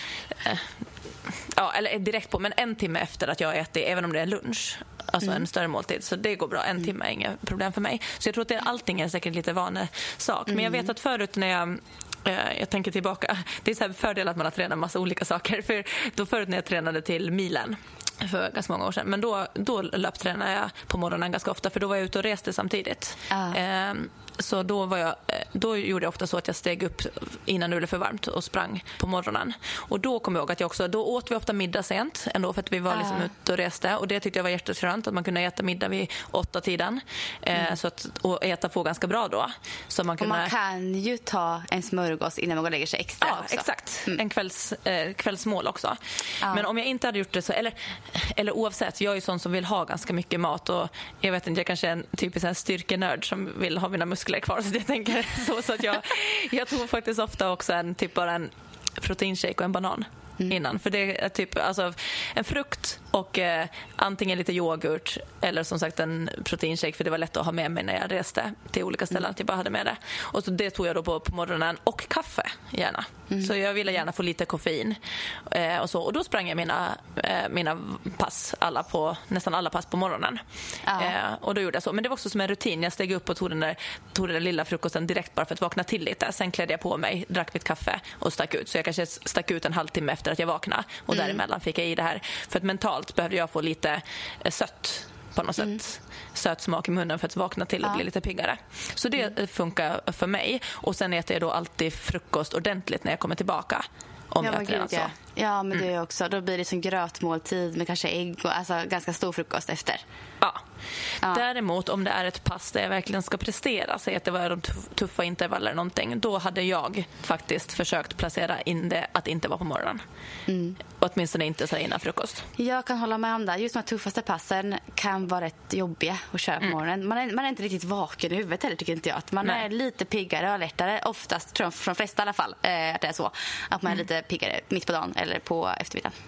S2: eller direkt på, men 1 timme efter att jag har ätit, även om det är lunch. Alltså en större måltid. Så det går bra. 1 timme är inget problem för mig. Så jag tror att allting är säkert lite vanlig sak. Men jag vet att förut när jag tänker tillbaka, det är så här fördel att man har tränat massa olika saker. För då förut när jag tränade till milen för ganska många år sedan, men då löptränade jag på morgonen ganska ofta, för då var jag ute och reste samtidigt. Så då gjorde jag ofta så att jag steg upp innan det blev för varmt och sprang på morgonen. Och då kom jag ihåg att då åt vi ofta middag sent ändå, för att vi var liksom ute och reste. Och det tyckte jag var jätteskönt, att man kunde äta middag vid 8-tiden. Och äta på ganska bra då. Så man
S3: kan ju ta en smörgås innan man går och lägger sig extra också.
S2: Exakt. En kvällsmål också. Men om jag inte hade gjort det så, eller oavsett, jag är ju sån som vill ha ganska mycket mat, och jag vet inte, jag kanske är en typisk styrkenörd som vill ha mina muskler kvar, så jag tänker så att jag tog faktiskt ofta också bara en proteinshake och en banan innan, för det är typ en frukt och antingen lite yoghurt eller som sagt en proteinshake, för det var lätt att ha med mig när jag reste till olika ställen, att jag bara hade med det. Och så det tog jag då på morgonen, och kaffe gärna. Så jag ville gärna få lite koffein och då sprang jag mina pass, nästan alla pass på morgonen. Och då gjorde jag så, men det var också som en rutin. Jag steg upp och tog den där lilla frukosten direkt, bara för att vakna till lite. Sen klädde jag på mig, drack mitt kaffe och stack ut. Så jag kanske stack ut en halvtimme efter att jag vaknade, och däremellan fick jag i det här, för att mentalt behövde jag få lite sött på något sätt, söt smak i munnen för att vakna till och bli lite piggare. Så det funkar för mig. Och sen äter jag då alltid frukost ordentligt när jag kommer tillbaka. Ja, men det är också. Då blir det som grötmåltid med kanske ägg och ganska stor frukost efter. Ja. Däremot om det är ett pass där jag verkligen ska prestera, säg att det var de tuffa intervaller eller någonting, då hade jag faktiskt försökt placera in det att inte vara på morgonen. Åtminstone inte så innan frukost. Jag kan hålla med om det. Just de tuffaste passen kan vara rätt jobbiga att köra på morgonen. Man är inte riktigt vaken i huvudet heller, tycker inte jag. Att man är lite piggare och lättare. Oftast, tror jag, från de flesta i alla fall, att det är så. Att man är lite piggare mitt på dagen eller på eftermiddagen.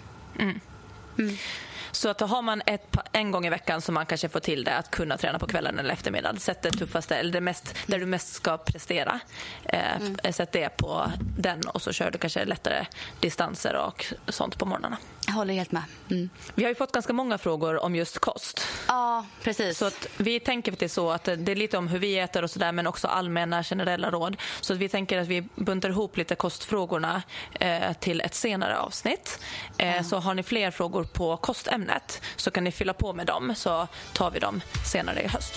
S2: Så att har man en gång i veckan som man kanske får till det, att kunna träna på kvällen eller eftermiddag, sätt det tuffaste eller det mest, där du mest ska prestera, sätt det på den, och så kör du kanske lättare distanser och sånt på morgnarna. Jag håller helt med. Vi har ju fått ganska många frågor om just kost. Ja, precis. Så att vi tänker det så att det är lite om hur vi äter och sådär, men också allmänna generella råd. Så att vi tänker att vi buntar ihop lite kostfrågorna till ett senare avsnitt. Så har ni fler frågor på kostämnet så kan ni fylla på med dem, så tar vi dem senare i höst.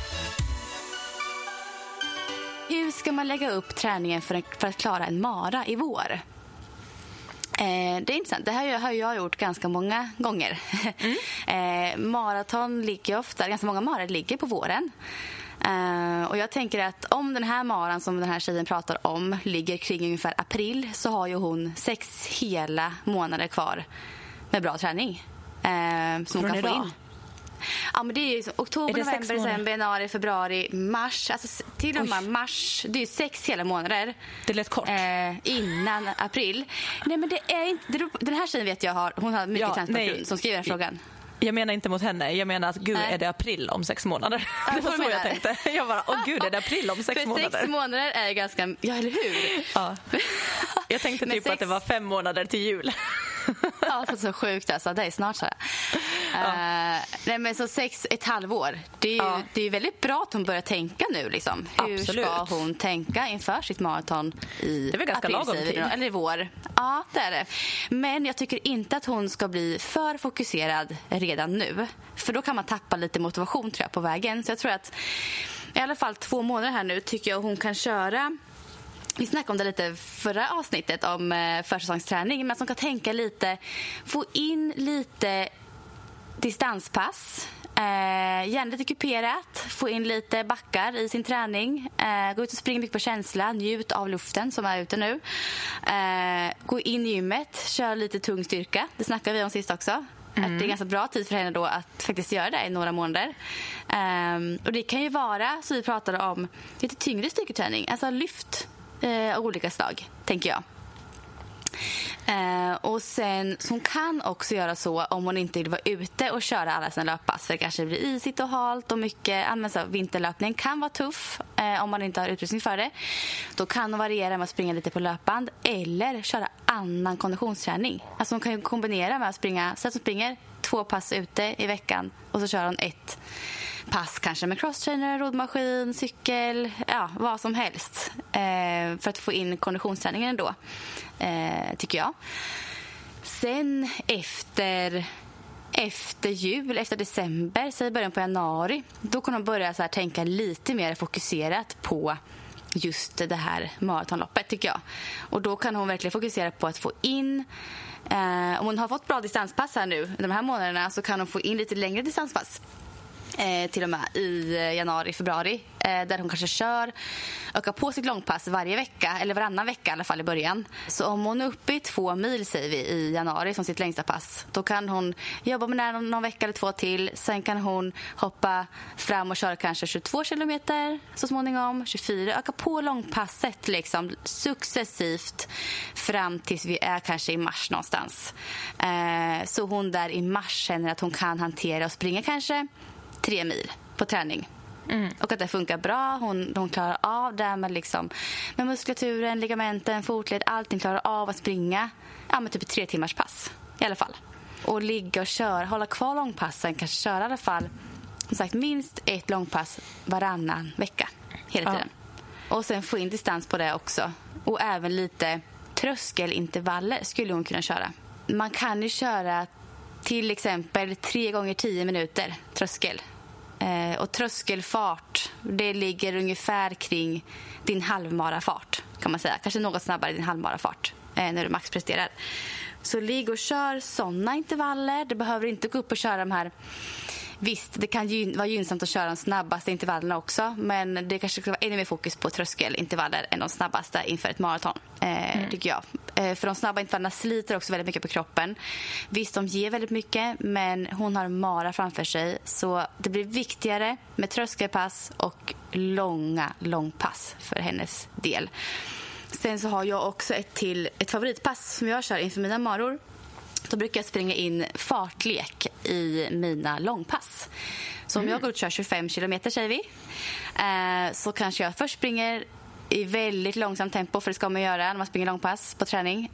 S2: Hur ska man lägga upp träningen för att klara en mara i vår? Det är intressant. Det här har jag gjort ganska många gånger. Maraton ligger ofta, ganska många maror ligger på våren. Och jag tänker att om den här maran som den här tjejen pratar om ligger kring ungefär april, så har ju hon 6 hela månader kvar med bra träning. Som hon kan få in. Ja, men det är ju oktober, november, december, januari, februari, mars. Alltså till och med mars. Det är 6 hela månader. Det är lätt kort. Innan april. Nej, men det är inte. Den här tjejen vet jag hon har mycket träningsbakgrund som skriver den frågan. Jag menar inte mot henne. Jag menar att är det april om 6 månader? Det var så jag tänkte. Jag bara, gud, är det april om 6 månader? För 6 månader är ganska, eller hur? Ja. Jag tänkte typ att det var 5 månader till jul. Ja, det är så sjukt alltså. Det är snart så. Nej, men så 1 halvår. Det är ju väldigt bra att hon börjar tänka nu liksom. Hur ska hon tänka inför sitt maraton i april eller i vår? Ja, det är det. Men jag tycker inte att hon ska bli för fokuserad redan nu. För då kan man tappa lite motivation, tror jag, på vägen. Så jag tror att i alla fall 2 månader här nu tycker jag hon kan köra. Vi snackade om det lite förra avsnittet om försäsongsträning, men som kan tänka lite, få in lite distanspass, gärna lite kuperat, få in lite backar i sin träning, gå ut och springa mycket på känsla, njut av luften som är ute nu, gå in i gymmet, köra lite tung styrka, det snackade vi om sist också. Att det är ganska bra tid för henne då att faktiskt göra det i några månader. Och det kan ju vara, så vi pratade om, lite tyngre styrketräning, alltså lyft.
S3: av olika slag, tänker jag. Och sen så hon kan också göra så om hon inte vill vara ute och köra alla sina löppass, för det kanske blir isigt och halt och mycket. Vinterlöpning kan vara tuff om man inte har utrustning för det. Då kan hon variera med att springa lite på löpband eller köra annan konditionsträning. Alltså hon kan ju kombinera med att springa, så att hon springer 2 pass ute i veckan och så kör hon 1 pass kanske med crosstrainer, roddmaskin, cykel, vad som helst, för att få in konditionsträningen ändå, tycker jag. Sen efter jul, efter december, så i början på januari, då kan de börja så här tänka lite mer fokuserat på just det här maratonloppet, tycker jag. Och då kan hon verkligen fokusera på att få in, om hon har fått bra distanspass här nu de här månaderna, så kan hon få in lite längre distanspass till och med i januari, februari, där hon kanske ökar på sitt långpass varje vecka eller varannan vecka i alla fall i början. Så om hon är uppe i 2 mil, säger vi, i januari som sitt längsta pass, då kan hon jobba med det någon vecka eller 2 till. Sen kan hon hoppa fram och köra kanske 22 kilometer så småningom, 24, öka på långpasset liksom successivt fram tills vi är kanske i mars någonstans. Så hon där i mars känner att hon kan hantera och springa kanske 3 mil på träning. Och att det funkar bra. Hon klarar av det med muskulaturen, ligamenten, fotled, allting klarar av att springa med typ 3 timmars pass i alla fall. Och ligga och köra, hålla kvar långpassen, kanske köra i alla fall som sagt minst 1 långpass varannan vecka hela tiden. Och sen få in distans på det också. Och även lite tröskelintervaller skulle hon kunna köra. Man kan ju köra till exempel 3 gånger 10 minuter tröskel. Och tröskelfart, det ligger ungefär kring din halvmarafart, kan man säga. Kanske något snabbare din halvmarafart när du maxpresterar. Så ligg och kör sådana intervaller. Det behöver inte gå upp och köra de här. Visst, det kan ju vara gynnsamt att köra de snabbaste intervallerna också, men det kanske ska vara ännu mer fokus på tröskelintervaller än de snabbaste inför ett maraton, tycker jag. För de snabba intervallerna sliter också väldigt mycket på kroppen. Visst, de ger väldigt mycket, men hon har Mara framför sig, så det blir viktigare med tröskelpass och långpass för hennes del. Sen så har jag också ett favoritpass som jag kör inför mina maror. Då brukar jag springa in fartlek i mina långpass. Så om jag går ut och kör 25 kilometer, säger vi, så kanske jag först springer i väldigt långsamt tempo, för det ska man göra när man springer långpass på träning.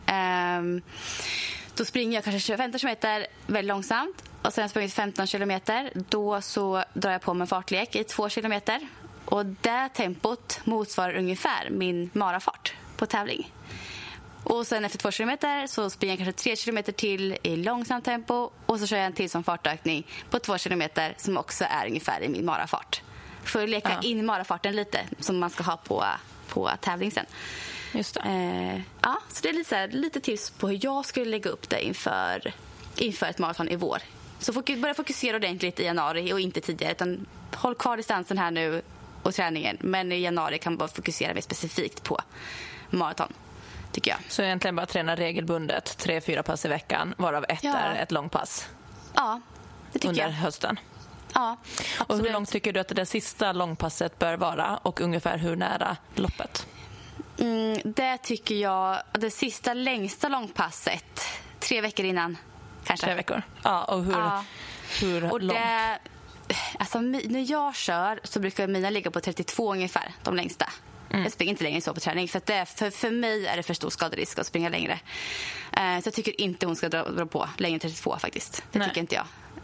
S3: Då springer jag kanske 15 kilometer väldigt långsamt, och sen har jag sprungit 15 kilometer. Då så drar jag på med fartlek i 2 kilometer. Och det tempot motsvarar ungefär min marafart på tävling. Och sen efter 2 kilometer så springer jag kanske 3 kilometer till i långsamt tempo. Och så kör jag en till som fartökning på 2 kilometer som också är ungefär i min marafart. För att leka in marafarten lite, som man ska ha på tävling sen.
S2: Just det.
S3: Så det är lite tips på hur jag skulle lägga upp det inför ett maraton i vår. Så börja fokusera ordentligt i januari och inte tidigare, utan håll kvar distansen här nu och träningen. Men i januari kan man bara fokusera mer specifikt på maraton, tycker jag.
S2: Så egentligen bara träna regelbundet 3-4 pass i veckan, varav ett är ett långpass.
S3: Ja, det tycker
S2: under
S3: jag.
S2: hösten.
S3: Ja, absolut.
S2: Och hur långt tycker du att det sista långpasset bör vara, och ungefär hur nära loppet?
S3: Det tycker jag, det sista längsta långpasset 3 veckor innan kanske.
S2: 3 veckor. Ja, och hur
S3: och
S2: långt?
S3: Alltså, när jag kör så brukar mina ligga på 32 ungefär, de längsta. Jag springer inte längre så på träning, för att för mig är det för stor skaderisk att springa längre. Så jag tycker inte hon ska dra på längre 32 faktiskt. Det tycker inte jag.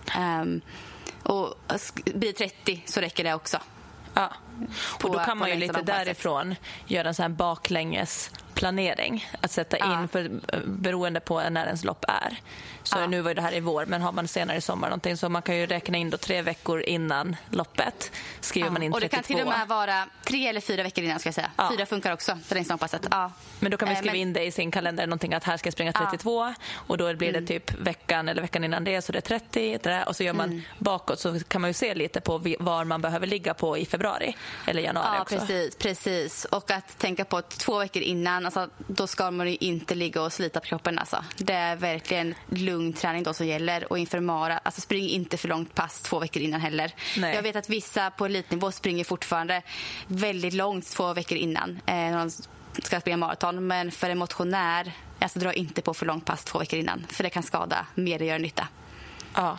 S3: Och blir 30 så räcker det också.
S2: Ja. Och då kan man ju lite därifrån göra en sån här baklänges planering att sätta in, för beroende på när ens lopp är. Så nu var ju det här i vår, men har man senare i sommar någonting, så man kan ju räkna in då 3 veckor innan loppet skriver man in 32.
S3: Och det kan till och med vara 3 eller 4 veckor innan, ska jag säga. 4 funkar också för längsta långpasset.
S2: Men då kan man skriva in det i sin kalender någonting, att här ska jag springa 32 och då blir det typ veckan eller veckan innan det, så det är 30 och så gör man bakåt, så kan man ju se lite på var man behöver ligga på i februari eller januari också. Precis.
S3: Och att tänka på 2 veckor innan, alltså, då ska man ju inte ligga och slita på kroppen. Alltså. Det är verkligen lugn träning då som gäller. Och inför mara, alltså spring inte för långt pass 2 veckor innan heller. Nej. Jag vet att vissa på elitnivå springer fortfarande väldigt långt 2 veckor innan. ska springa maraton. Men för en motionär, alltså dra inte på för långt pass 2 veckor innan. För det kan skada mer än göra nytta.
S2: Ja.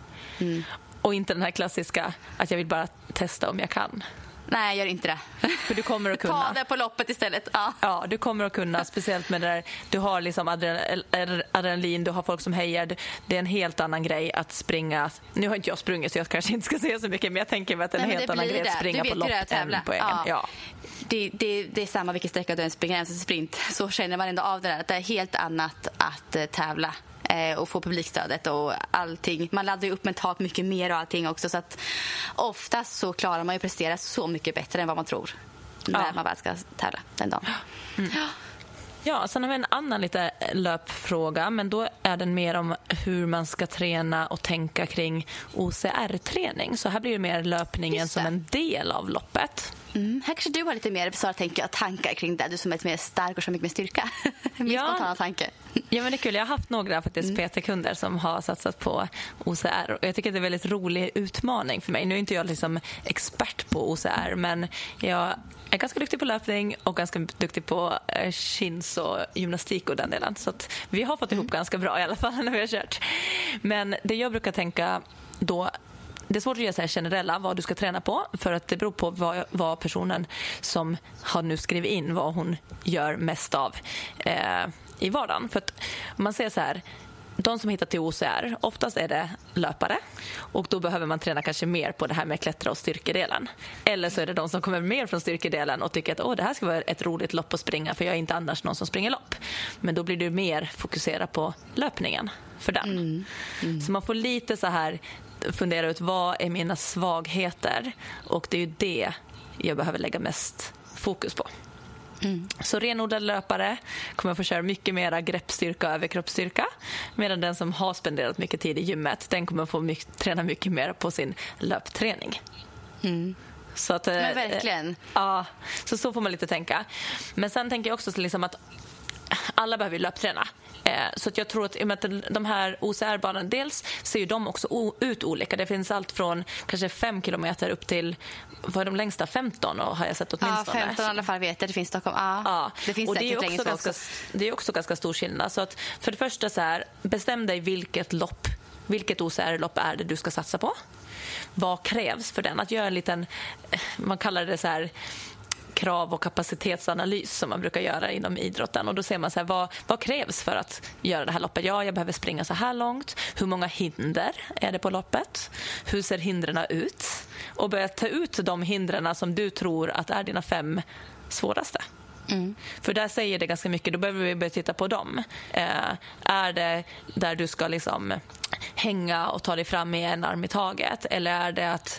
S2: Och inte den här klassiska att jag vill bara testa om jag kan.
S3: Nej, gör inte det.
S2: För du kommer att kunna.
S3: Ta det på loppet istället.
S2: Ja, du kommer att kunna, speciellt med det där. Du har liksom adrenalin, du har folk som hejar. Det är en helt annan grej att springa. Nu har inte jag sprungit så jag kanske inte ska säga så mycket, men jag tänker att det är en helt annan grej att springa på lopp än på egen. Ja.
S3: Det är samma vilken sträcka du än springer, en sprint. Så känner man ändå av det där. Att det är helt annat att tävla och få publikstödet och allting. Man laddar ju upp mentalt mycket mer och allting också, så att oftast så klarar man ju prestera så mycket bättre än vad man tror när man väl ska tävla den dagen.
S2: Ja, sen har vi en annan lite löpfråga, men då är den mer om hur man ska träna och tänka kring OCR-träning. Så här blir det mer löpningen som en del av loppet.
S3: Här kanske du har lite mer tankar kring det. Du som är lite mer stark och så mycket mer styrka. Min spontana tanke.
S2: Ja, men det är kul. Jag har haft några faktiskt PT-kunder som har satsat på OCR. Och jag tycker att det är en väldigt rolig utmaning för mig. Nu är inte jag liksom expert på OCR, men jag är ganska duktig på löpning och ganska duktig på chins och gymnastik och den delen. Så att vi har fått ihop ganska bra i alla fall när vi har kört. Men det jag brukar tänka då, det är svårt att göra så här generella vad du ska träna på, för att det beror på vad personen som har nu skrivit in vad hon gör mest av i vardagen. För att man säger så här, de som hittar till OCR, oftast är det löpare, och då behöver man träna kanske mer på det här med klättra och styrkedelen. Eller så är det de som kommer mer från styrkedelen och tycker att det här ska vara ett roligt lopp att springa, för jag är inte annars någon som springer lopp. Men då blir du mer fokuserad på löpningen för den. Så man får lite så här fundera ut, vad är mina svagheter? Och det är ju det jag behöver lägga mest fokus på. Så renodlad löpare kommer få köra mycket mera greppstyrka över kroppsstyrka, medan den som har spenderat mycket tid i gymmet, den kommer få träna mycket mer på sin löpträning. Så att,
S3: men verkligen.
S2: Ja, så får man lite tänka. Men sen tänker jag också liksom att alla behöver löpträna. Så att jag tror att de här OCR-banorna, dels ser ju de också ut olika. Det finns allt från kanske 5 kilometer upp till, vad är de längsta, 15, och har jag sett åtminstone.
S3: Ja, 15 i alla fall vet jag. Det finns Stockholm. Det finns, och det är också
S2: det är också ganska stor skillnad. Så att för det första så här, bestäm dig vilket OCR-lopp är det du ska satsa på. Vad krävs för den? Att göra en liten, man kallar det så här, krav- och kapacitetsanalys som man brukar göra inom idrotten. Och då ser man så här, vad krävs för att göra det här loppet? Ja, jag behöver springa så här långt. Hur många hinder är det på loppet? Hur ser hindren ut? Och börja ta ut de hindren som du tror att är dina 5 svåraste. För där säger det ganska mycket. Då behöver vi börja titta på dem. Är det där du ska liksom hänga och ta dig fram med en arm i taget, eller är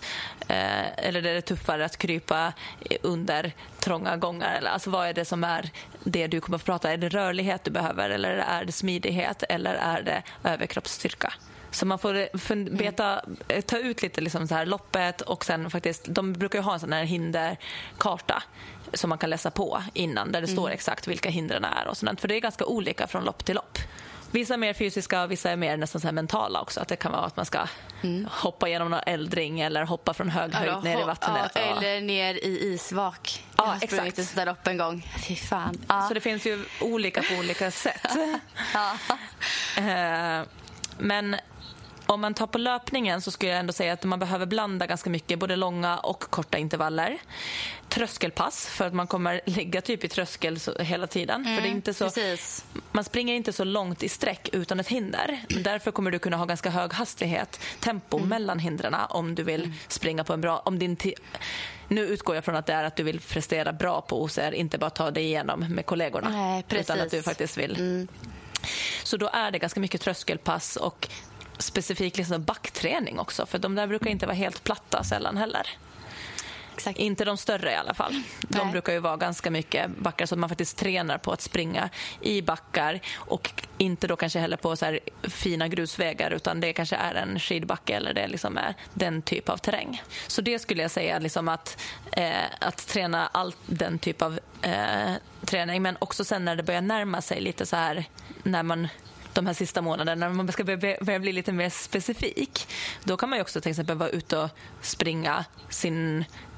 S2: det tuffare att krypa under trånga gångar? Eller, alltså, vad är det som är det du kommer att prata? Är det rörlighet du behöver, eller är det smidighet, eller är det överkroppsstyrka? Så man får ta ut lite liksom så här loppet, och sen faktiskt, de brukar ju ha en sån här hinderkarta som man kan läsa på innan, där det står exakt vilka hindren är och sånt. För det är ganska olika från lopp till lopp. Vissa är mer fysiska och vissa är mer nästan så här mentala också. Att det kan vara att man ska hoppa genom någon eldring eller hoppa från hög höjd ner i vattnet.
S3: Ja, eller ner i isvak.
S2: Ja,
S3: jag har sprungit ett sådär lopp en gång. Fy fan. Ja.
S2: Så det finns ju olika på olika sätt. Men om man tar på löpningen så skulle jag ändå säga att man behöver blanda ganska mycket, både långa och korta intervaller. Tröskelpass, för att man kommer ligga typ i tröskel hela tiden. För det är inte så, man springer inte så långt i sträck utan ett hinder. Därför kommer du kunna ha ganska hög hastighet, tempo mellan hindren om du vill springa på en bra... Nu utgår jag från att det är att du vill prestera bra på OCR, inte bara ta dig igenom med kollegorna.
S3: Nej,
S2: utan att du faktiskt vill. Så då är det ganska mycket tröskelpass och specifikt liksom backträning också, för de där brukar inte vara helt platta sällan heller. Exakt. Inte de större i alla fall. De brukar ju vara ganska mycket backar, så att man faktiskt tränar på att springa i backar, och inte då kanske heller på så här fina grusvägar, utan det kanske är en skidbacke, eller det liksom är den typ av terräng. Så det skulle jag säga liksom att träna all den typ av träning, men också sen när det börjar närma sig lite så här, när man de här sista månaderna, när man ska börja bli lite mer specifik, då kan man ju också till exempel vara ute och springa sin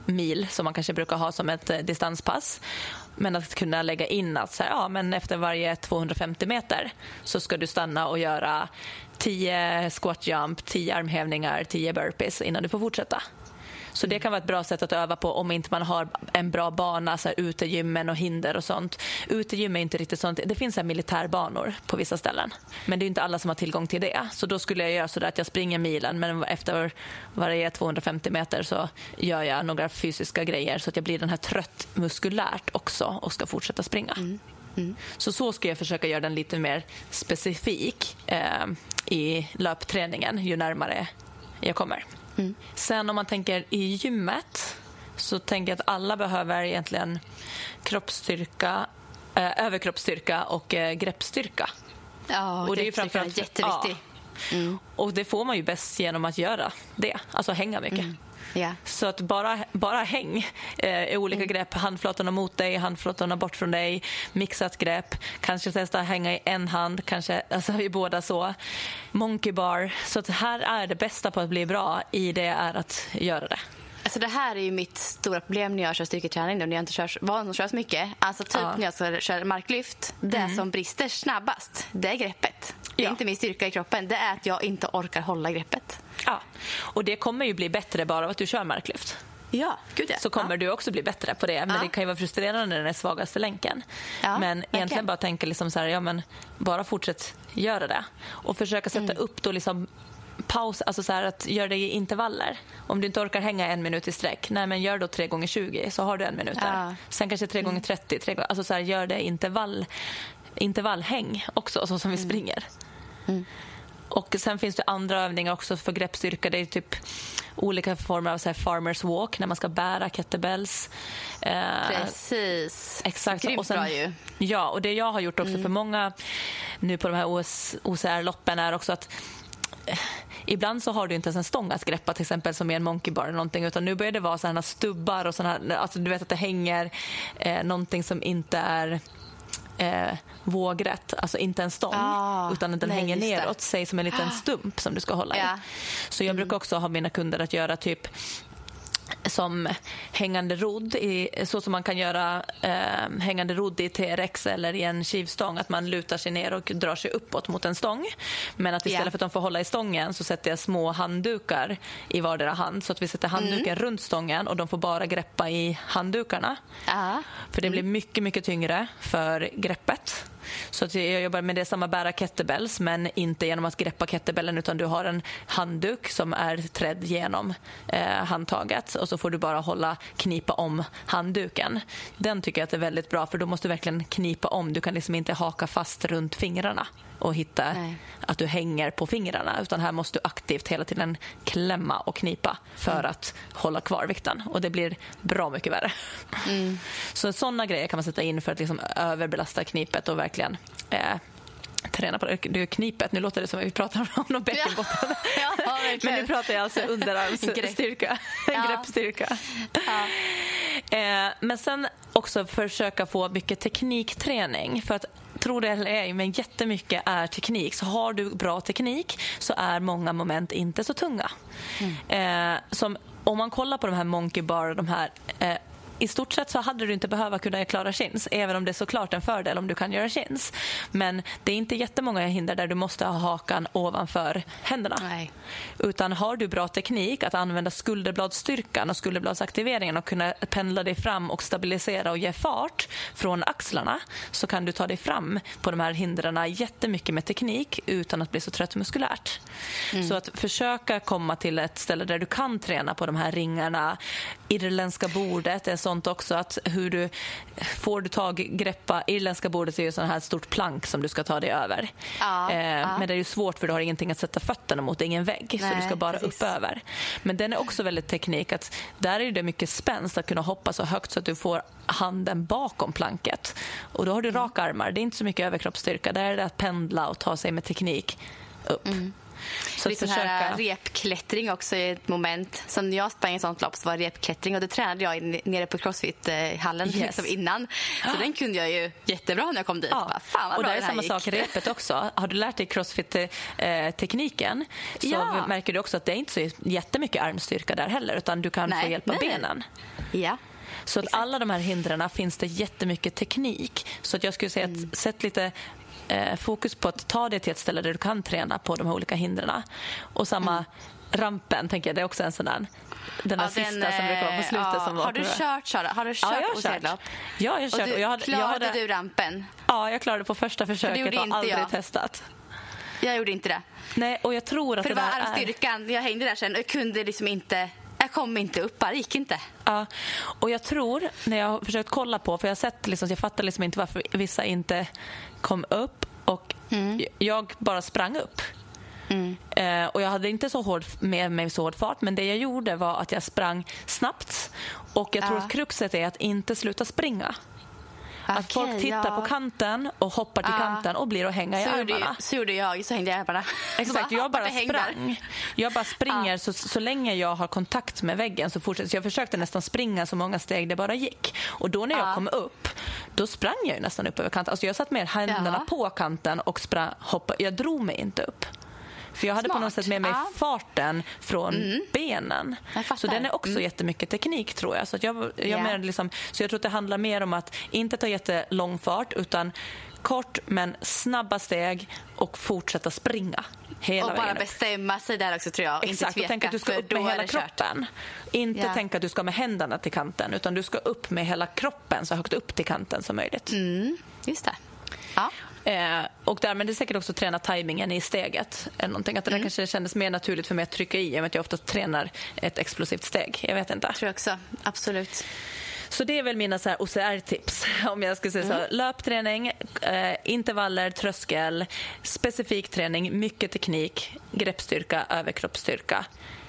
S2: mil som man kanske brukar ha som ett distanspass. Men att kunna lägga in att så här, men efter varje 250 meter så ska du stanna och göra 10 squat jump, 10 armhävningar, 10 burpees innan du får fortsätta. Så det kan vara ett bra sätt att öva på om inte man har en bra bana, så här, utegymmen och hinder och sånt. Utegym är inte riktigt sånt. Det finns så här militärbanor på vissa ställen. Men det är inte alla som har tillgång till det. Så då skulle jag göra så där att jag springer milen, men efter varje 250 meter så gör jag några fysiska grejer så att jag blir den här trött muskulärt också och ska fortsätta springa. Så ska jag försöka göra den lite mer specifik i löpträningen ju närmare jag kommer. Sen om man tänker i gymmet så tänker jag att alla behöver egentligen kroppsstyrka, överkroppsstyrka och greppstyrka.
S3: Ja, och det är ju framförallt jätteviktigt.
S2: Ja. Och det får man ju bäst genom att göra det, alltså hänga mycket.
S3: Yeah.
S2: Så att bara häng i olika grepp, handflatorna mot dig, handflatorna bort från dig, mixat grepp, kanske testa hänga i en hand, kanske alltså i båda så. Monkey bar, så att här är det bästa på att bli bra i det är att göra det.
S3: Alltså det här är ju mitt stora problem när jag kör styrketräning, när jag inte kör så mycket. Alltså typ när jag ska köra marklyft, det som brister snabbast, det är greppet. Det är inte min styrka i kroppen, det är att jag inte orkar hålla greppet.
S2: Ja, och det kommer ju bli bättre bara av att du kör marklyft.
S3: Ja, gud ja.
S2: Så kommer du också bli bättre på det. Men det kan ju vara frustrerande när den är svagaste länken. Ja, men egentligen bara tänka liksom så här, men bara fortsätt göra det. Och försöka sätta upp då liksom paus, alltså så här att göra det i intervaller. Om du inte orkar hänga 1 minut i sträck, nej men gör då 3x20 så har du 1 minut där. Sen kanske 3x30, alltså så här, gör det intervallhäng också, så som vi springer. Och sen finns det andra övningar också för greppstyrka. Det är typ olika former av så här farmers walk när man ska bära kettlebells.
S3: Precis.
S2: Exakt.
S3: Grymt
S2: och sen,
S3: bra ju.
S2: Ja, och det jag har gjort också för många nu på de här OCR-loppen är också att ibland så har du inte ens en stång att greppa, till exempel som är en monkey bar eller någonting, utan nu börjar det vara sådana stubbar och sådana här, alltså du vet att det hänger någonting som inte är vågrätt, alltså inte en stång utan att den hänger neråt, säg som en liten stump som du ska hålla i. Så jag brukar också ha mina kunder att göra typ som hängande rodd så som man kan göra hängande rodd i T-rex eller i en skivstång, att man lutar sig ner och drar sig uppåt mot en stång, men att istället för att de får hålla i stången så sätter jag små handdukar i vardera hand, så att vi sätter handduken runt stången och de får bara greppa i handdukarna. För det blir mycket, mycket tyngre för greppet. Så att jag jobbar med det samma, bära kettlebells, men inte genom att greppa kettlebellen, utan du har en handduk som är trädd genom handtaget och så får du bara knipa om handduken. Den tycker jag att är väldigt bra, för då måste du verkligen knipa om. Du kan liksom inte haka fast runt fingrarna och hitta att du hänger på fingrarna, utan här måste du aktivt hela tiden klämma och knipa för att hålla kvar vikten, och det blir bra mycket värre. Så sådana grejer kan man sätta in för att liksom överbelasta knipet och verkligen träna på det är knipet. Nu låter det som att vi pratar om någon bäckenbotten. Men nu pratar jag alltså underarmsstyrka, greppstyrka. Men sen också försöka få mycket teknikträning, för att tro det eller ej, men jättemycket är teknik. Så har du bra teknik så är många moment inte så tunga. Som om man kollar på de här monkey bar och de här i stort sett så hade du inte behöva kunna klara chins, även om det är såklart en fördel om du kan göra chins. Men det är inte jättemånga hinder där du måste ha hakan ovanför händerna. Utan har du bra teknik att använda skulderbladsstyrkan och skulderbladsaktiveringen och kunna pendla dig fram och stabilisera och ge fart från axlarna, så kan du ta dig fram på de här hindren jättemycket med teknik utan att bli så trött muskulärt. Så att försöka komma till ett ställe där du kan träna på de här ringarna. Irländska bordet är sånt också, att hur du får greppa irländska bordet är ju sån här stort plank som du ska ta dig över. Men det är ju svårt, för du har ingenting att sätta fötterna mot, det är ingen vägg. Så du ska bara upp över. Men den är också väldigt teknik, att där är det mycket spänst att kunna hoppa så högt så att du får handen bakom planket. Och då har du raka armar, det är inte så mycket överkroppsstyrka, där är det att pendla och ta sig med teknik upp. Så
S3: lite
S2: försöka...
S3: här repklättring också är ett moment. Som när jag sprang i sånt lopp så var repklättring och det tränade jag nere på CrossFit-hallen liksom innan. Så den kunde jag ju jättebra när jag kom dit.
S2: Ja.
S3: Fan vad
S2: och
S3: bra
S2: det är samma sak i repet också. Har du lärt dig CrossFit-tekniken så märker du också att det är inte så jättemycket armstyrka där heller, utan du kan få hjälp av benen.
S3: Ja.
S2: Så att alla de här hindren finns det jättemycket teknik. Så att jag skulle säga att sätt lite fokus på att ta det till ett ställe där du kan träna på de här olika hindren. Och samma rampen, tänker jag, det är också en sån där. Den här sista som brukar vara på slutet. Som
S3: har du kört, Sara? Har du kört
S2: OCR-lopp? Ja, jag har kört.
S3: Klarade du rampen?
S2: Ja, jag klarade på första försöket och aldrig testat.
S3: Jag gjorde inte det.
S2: Nej, och jag tror att
S3: för det var armstyrkan. Jag hängde där sen och jag kunde liksom inte... Jag kom inte upp, det gick inte.
S2: Ja, och jag tror, när jag har försökt kolla på, för jag har sett, liksom, jag fattar liksom inte varför vissa inte kom upp och jag bara sprang upp. Och jag hade inte så hård fart, men det jag gjorde var att jag sprang snabbt, och jag tror att kruxet är att inte sluta springa. Att folk tittar på kanten och hoppar till kanten och blir att hänga i armarna.
S3: Så gjorde jag, så hängde jag i armarna.
S2: Exakt, jag bara sprang. Jag bara springer så länge jag har kontakt med väggen så fortsätter. Så jag försökte nästan springa så många steg det bara gick. Och då när jag kom upp, då sprang jag ju nästan upp över kanten. Alltså jag satt med händerna på kanten och hoppade. Jag drog mig inte upp. För jag hade på något sätt med mig farten från benen. Så den är också jättemycket teknik, tror jag. Så att jag menar liksom, så jag tror att det handlar mer om att inte ta jättelång fart, utan kort men snabba steg och fortsätta springa hela vägen. Och bara
S3: bestämma sig där också, tror jag.
S2: Exakt, och tänka att du ska upp med hela kroppen. Inte tänka att du ska med händerna till kanten, utan du ska upp med hela kroppen så högt upp till kanten som möjligt.
S3: Just det. Ja.
S2: Och därmed är det säkert också träna tajmingen i steget. Någonting. Att det där kanske kändes mer naturligt för mig att trycka i, att jag ofta tränar ett explosivt steg. Jag vet inte.
S3: Tror jag också, absolut.
S2: Så det är väl mina så här OCR-tips. Om jag ska säga så. Löpträning, intervaller, tröskel, specifik träning, mycket teknik, greppstyrka, överkroppsstyrka.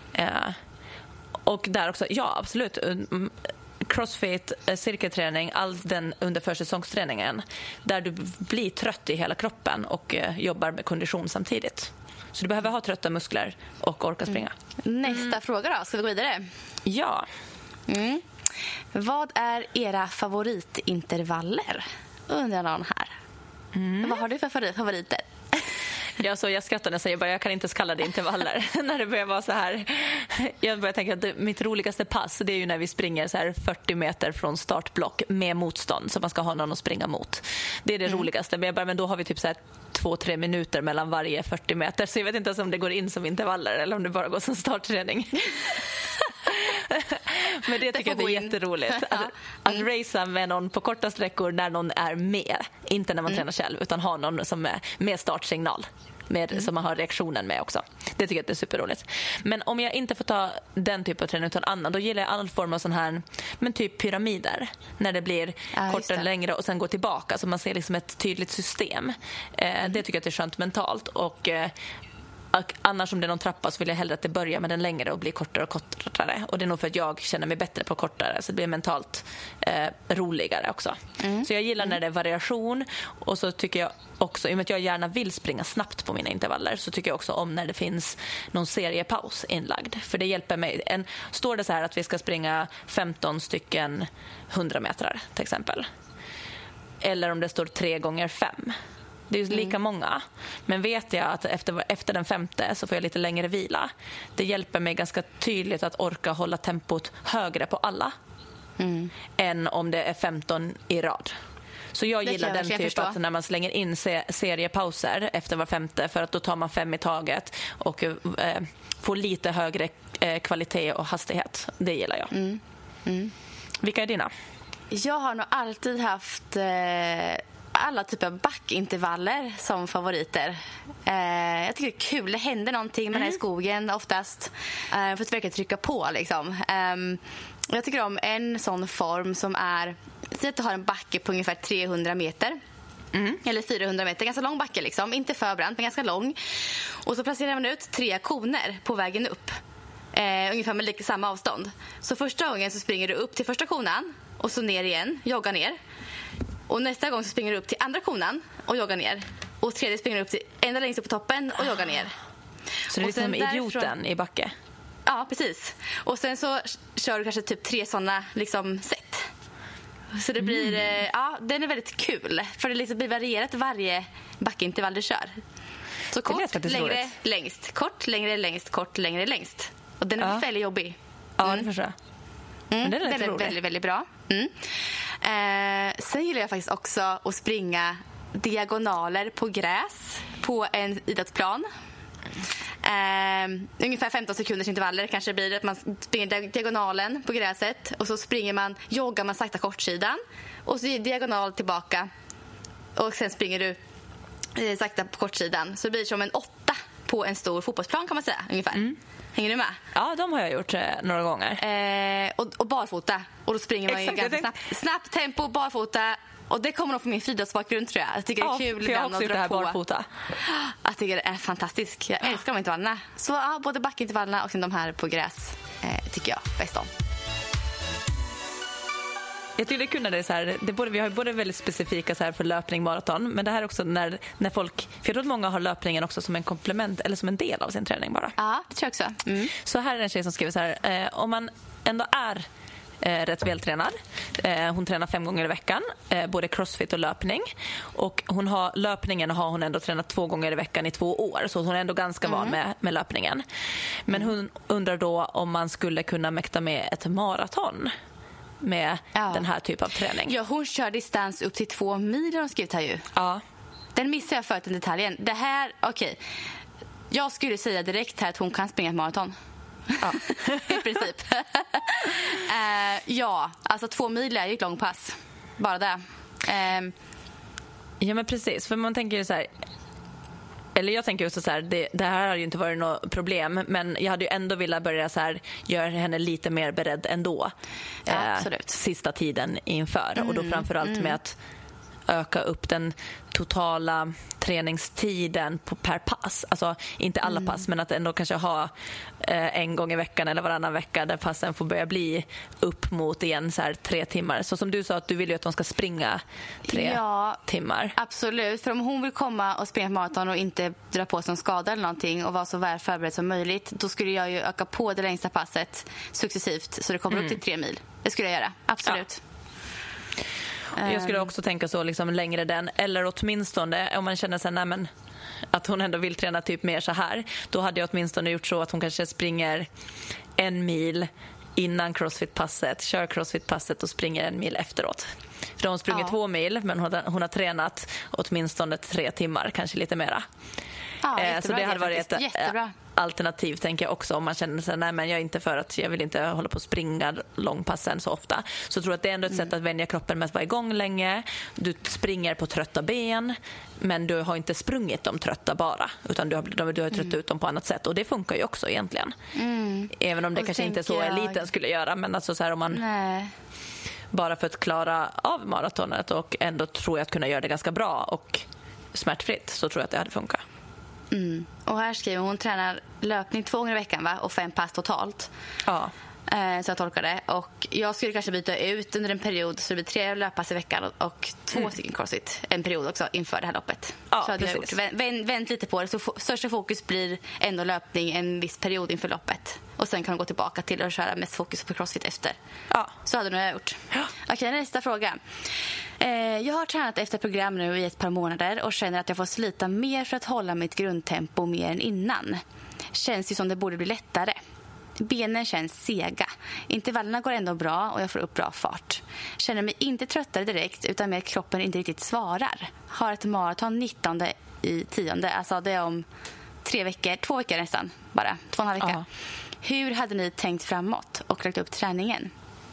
S2: Och där också, ja absolut, CrossFit, cirkelträning, all den under försäsongsträningen där du blir trött i hela kroppen och jobbar med kondition samtidigt. Så du behöver ha trötta muskler och orka springa.
S3: Nästa fråga då, ska vi gå vidare?
S2: Ja.
S3: Vad är era favoritintervaller? Undrar någon här. Vad har du för favoriter?
S2: Jag skrattar när jag säger jag kan inte kalla det intervaller. När det börjar vara så här. Jag börjar tänka att mitt roligaste pass, det är ju när vi springer så här 40 meter från startblock med motstånd, så man ska ha någon att springa mot. Det är det roligaste. Men då har vi typ så här 2-3 minuter mellan varje 40 meter. Så jag vet inte ens om det går in som intervaller eller om det bara går som startträning. Men det tycker jag är jätteroligt. Att racea med någon på korta sträckor när någon är med. Inte när man tränar själv, utan ha någon som är med startsignal. Som man har reaktionen med också. Det tycker jag är superroligt. Men om jag inte får ta den typen av träning utan annan, då gillar jag all form av sån här, men typ pyramider. När det blir kortare, längre och sen går tillbaka. Så man ser liksom ett tydligt system. Det tycker jag att det är skönt mentalt. Och annars om det är någon trappa så vill jag hellre att det börjar med den längre och blir kortare och kortare. Och det är nog för att jag känner mig bättre på kortare, så det blir mentalt roligare också. Så jag gillar när det är variation. Och så tycker jag också, i och med att jag gärna vill springa snabbt på mina intervaller, så tycker jag också om när det finns någon seriepaus inlagd. För det hjälper mig. Står det så här att vi ska springa 15 stycken 100 meter till exempel. Eller om det står 3 gånger 5. Det är ju lika många. Men vet jag att efter den 5:e så får jag lite längre vila. Det hjälper mig ganska tydligt att orka hålla tempot högre på alla. Än om det är 15 i rad. Så jag gillar den typen att när man slänger in seriepauser efter var 5:e, för att då tar man 5 i taget och får lite högre kvalitet och hastighet. Det gillar jag. Vilka är dina?
S3: Jag har nog alltid haft alla typer av backintervaller som favoriter. Jag tycker det är kul. Det händer någonting med den här skogen oftast. För att verkligen trycka på liksom. Jag tycker om en sån form som är, säg att du har en backe på ungefär 300 meter. Eller 400 meter, ganska lång backe liksom. Inte för brant, men ganska lång. Och så placerar man ut 3 koner på vägen upp. Ungefär med samma avstånd. Så första gången så springer du upp till första konan och så ner igen, joggar ner. Och nästa gång så springer du upp till andra konan och joggar ner. Och tredje springer du upp till ända längst upp på toppen och joggar ner.
S2: Så det är som idioten i backe?
S3: Ja, precis. Och sen så kör du kanske typ 3 sådana liksom set. Så det blir, den är väldigt kul. För det liksom blir varierat varje backeintervall du kör. Så kort, längre, längst. Kort, längre, längst. Kort, längre, längst. Och den är väldigt jobbig.
S2: Ja, det förstår jag.
S3: Men den är väldigt, väldigt bra. Sen gillar jag faktiskt också att springa diagonaler på gräs på en idrottsplan. Ungefär 15 sekunders intervaller kanske blir det att man springer diagonalen på gräset och så joggar man sakta kortsidan och så diagonal tillbaka och sen springer du sakta på kortsidan, så det blir som en 8 på en stor fotbollsplan kan man säga ungefär. Hänger du med?
S2: Ja, de har jag gjort några gånger.
S3: Och barfota, och då springer man ju ganska snabbt tempo barfota. Och det kommer nog från min friidrottsbakgrund, tror jag. Jag tycker det är kul ibland att dra på.
S2: Barfota.
S3: Jag tycker det är fantastiskt. Jag älskar de intervallerna. Så både backintervallerna och de här på gräs tycker jag bäst om.
S2: Jag tycker det är kul när det är så här, vi har både väldigt specifika så här för löpning, maraton, men det här också när folk, för jag tror att många har löpningen också som en komplement eller som en del av sin träning bara.
S3: Ja, det tror jag också.
S2: Så här är en tjej som skriver så här, om man ändå är rätt vältränad. Hon tränar 5 gånger i veckan, både crossfit och löpning. Och löpningen har hon ändå tränat 2 gånger i veckan i 2 år. Så hon är ändå ganska van med löpningen. Men hon undrar då om man skulle kunna mäkta med ett maraton med den här typen av träning.
S3: Ja, hon kör distans upp till 2 mil har hon skrivit här ju.
S2: Ja.
S3: Den missar jag för den detaljen. Det här, okej. Jag skulle säga direkt här att hon kan springa ett maraton. Ja, i princip. Ja, alltså 2 mil är ju ett långpass. Bara det.
S2: Ja, men precis. För man tänker ju så här, eller jag tänker just så här, det här har ju inte varit något problem, men jag hade ju ändå velat börja så här, göra henne lite mer beredd ändå.
S3: Absolut.
S2: Sista tiden inför. Och då framförallt med att öka upp den totala träningstiden per pass. Alltså inte alla pass, men att ändå kanske ha 1 gång i veckan eller varannan vecka där passen får börja bli upp mot igen så här 3 timmar. Så som du sa, att du vill ju att de ska springa 3 timmar.
S3: Absolut, för om hon vill komma och springa maraton och inte dra på sig någon skada eller någonting och vara så väl förberedd som möjligt, då skulle jag ju öka på det längsta passet successivt så det kommer upp till 3 mil. Det skulle jag göra, absolut.
S2: Ja. Jag skulle också tänka så liksom längre den, eller åtminstone om man känner sig att hon ändå vill träna typ mer så här, då hade jag åtminstone gjort så att hon kanske springer 1 mil innan crossfit-passet, kör crossfit-passet och springer 1 mil efteråt. För då har hon sprungit 2 mil, men hon har tränat åtminstone 3 timmar, kanske lite mera. Så det hade varit ett alternativ, tänker jag också, om man känner sig men jag är inte för att jag vill inte hålla på att springa långpassen så ofta. Så jag tror att det är ändå ett sätt att vänja kroppen med att vara igång länge. Du springer på trötta ben, men du har inte sprungit dem trötta bara, utan du har trött ut dem på annat sätt, och det funkar ju också egentligen. Även om det kanske inte är så eliten skulle göra, men alltså så här, om man bara för att klara av maratonet och ändå tror jag att kunna göra det ganska bra och smärtfritt, så tror jag att det hade funkat.
S3: Och här skriver hon tränar löpning 2 gånger i veckan, va? Och 5 pass totalt.
S2: Ja.
S3: Så jag tolkar det. Och jag skulle kanske byta ut under en period så det blir 3 löppass i veckan och 2 stycken crossfit en period också inför det här loppet.
S2: Ja,
S3: så hade jag gjort. Vänt lite på det, så största fokus blir ändå löpning en viss period inför loppet. Och sen kan hon gå tillbaka till att köra mest fokus på crossfit efter.
S2: Ja.
S3: Så hade jag gjort.
S2: Ja.
S3: Okej, nästa fråga. Jag har tränat efter program nu i ett par månader och känner att jag får slita mer för att hålla mitt grundtempo mer än innan. Känns ju som det borde bli lättare. Benen känns sega. Intervallerna går ändå bra och jag får upp bra fart. Känner mig inte tröttare direkt, utan mer kroppen inte riktigt svarar. Har ett maraton 19/10. Alltså det är om 3 veckor, 2 veckor nästan. Bara 2,5 veckor.
S2: Ja.
S3: Hur hade ni tänkt framåt och lagt upp träningen?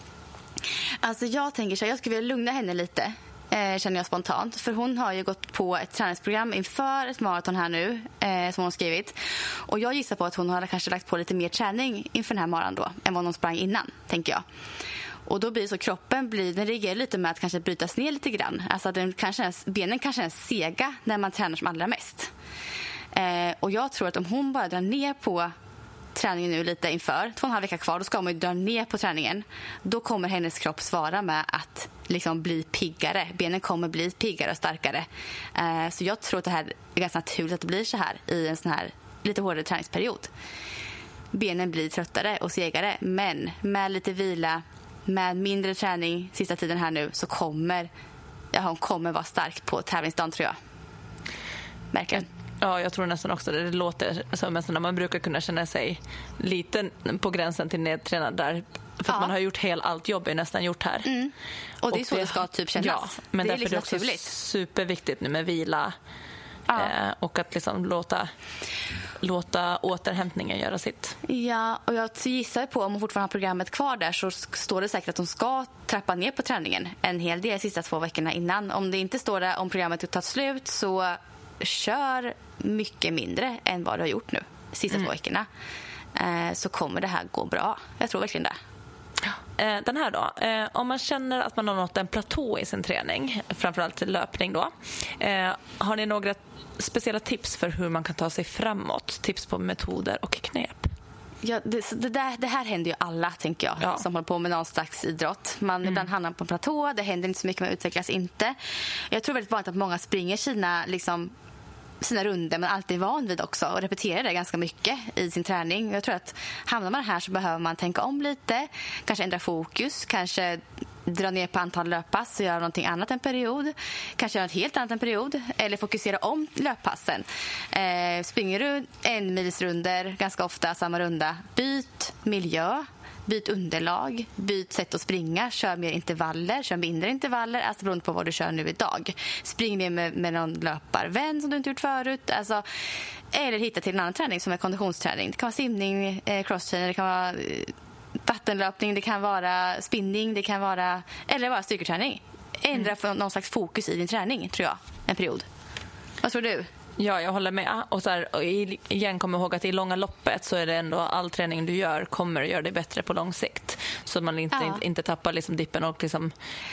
S3: Alltså jag tänker så här, jag skulle vilja lugna henne lite, känner jag spontant. För hon har ju gått på ett träningsprogram inför ett maraton här nu, som hon har skrivit. Och jag gissar på att hon har kanske lagt på lite mer träning inför den här maraton då, än vad hon sprang innan, tänker jag. Och då blir så kroppen den reagerar lite med att kanske brytas ner lite grann. Alltså benen kan kännas sega när man tränar som allra mest. Och jag tror att om hon bara drar ner på träningen nu lite inför 2,5 veckor kvar, då ska man ju dra ner på träningen. Då kommer hennes kropp svara med att liksom bli piggare. Benen kommer bli piggare och starkare. Så jag tror att det här är ganska naturligt att det blir så här i en sån här lite hårdare träningsperiod. Benen blir tröttare och segare, men med lite vila, med mindre träning sista tiden här nu, så kommer hon kommer vara stark på tävlingsdagen, tror jag. Verkligen.
S2: Ja, jag tror nästan också det låter som när man brukar kunna känna sig lite på gränsen till nedtränad där. För att man har gjort allt jobb är nästan gjort här.
S3: Och det är så det ska typ kännas.
S2: Ja, men
S3: det är
S2: därför är det också
S3: naturligt.
S2: Superviktigt nu med vila. Och att liksom låta återhämtningen göra sitt.
S3: Ja, och jag gissar på, om hon fortfarande har programmet kvar där, så står det säkert att hon ska trappa ner på träningen en hel del sista 2 veckorna innan. Om det inte står där, om programmet tar slut, så kör mycket mindre än vad du har gjort nu sista 2 veckorna. Så kommer det här gå bra. Jag tror verkligen det.
S2: Den här då, om man känner att man har nått en platå i sin träning, framförallt löpning då, har ni några speciella tips för hur man kan ta sig framåt? Tips på metoder och knep?
S3: Ja, det här händer ju alla, tänker jag, som håller på med någon slags idrott. Man ibland hamnar på en platå, det händer inte så mycket, man utvecklas inte. Jag tror väldigt vanligt att många springer sina runder, men alltid är van vid också, och repeterar det ganska mycket i sin träning. Jag tror att hamnar man här så behöver man tänka om lite, kanske ändra fokus, kanske dra ner på antal löppass och göra någonting annat en period, kanske göra något helt annat en period, eller fokusera om löppassen. Springer du 1 milsrunder ganska ofta, samma runda, byt miljö, byt underlag, byt sätt att springa, kör mer intervaller, kör mindre intervaller, alltså beroende på vad du kör nu idag. Spring mer med någon löparvän som du inte gjort förut, alltså, eller hitta till en annan träning som är konditionsträning. Det kan vara simning, crosstrainer, det kan vara vattenlöpning, det kan vara spinning, det kan vara, eller bara styrketräning. Ändra för någon slags fokus i din träning, tror jag, en period. Vad tror du?
S2: Ja, jag håller med. Och igen, kom ihåg att i långa loppet så är det ändå all träning du gör kommer att göra det bättre på lång sikt. Så att man inte tappar liksom dippen och liksom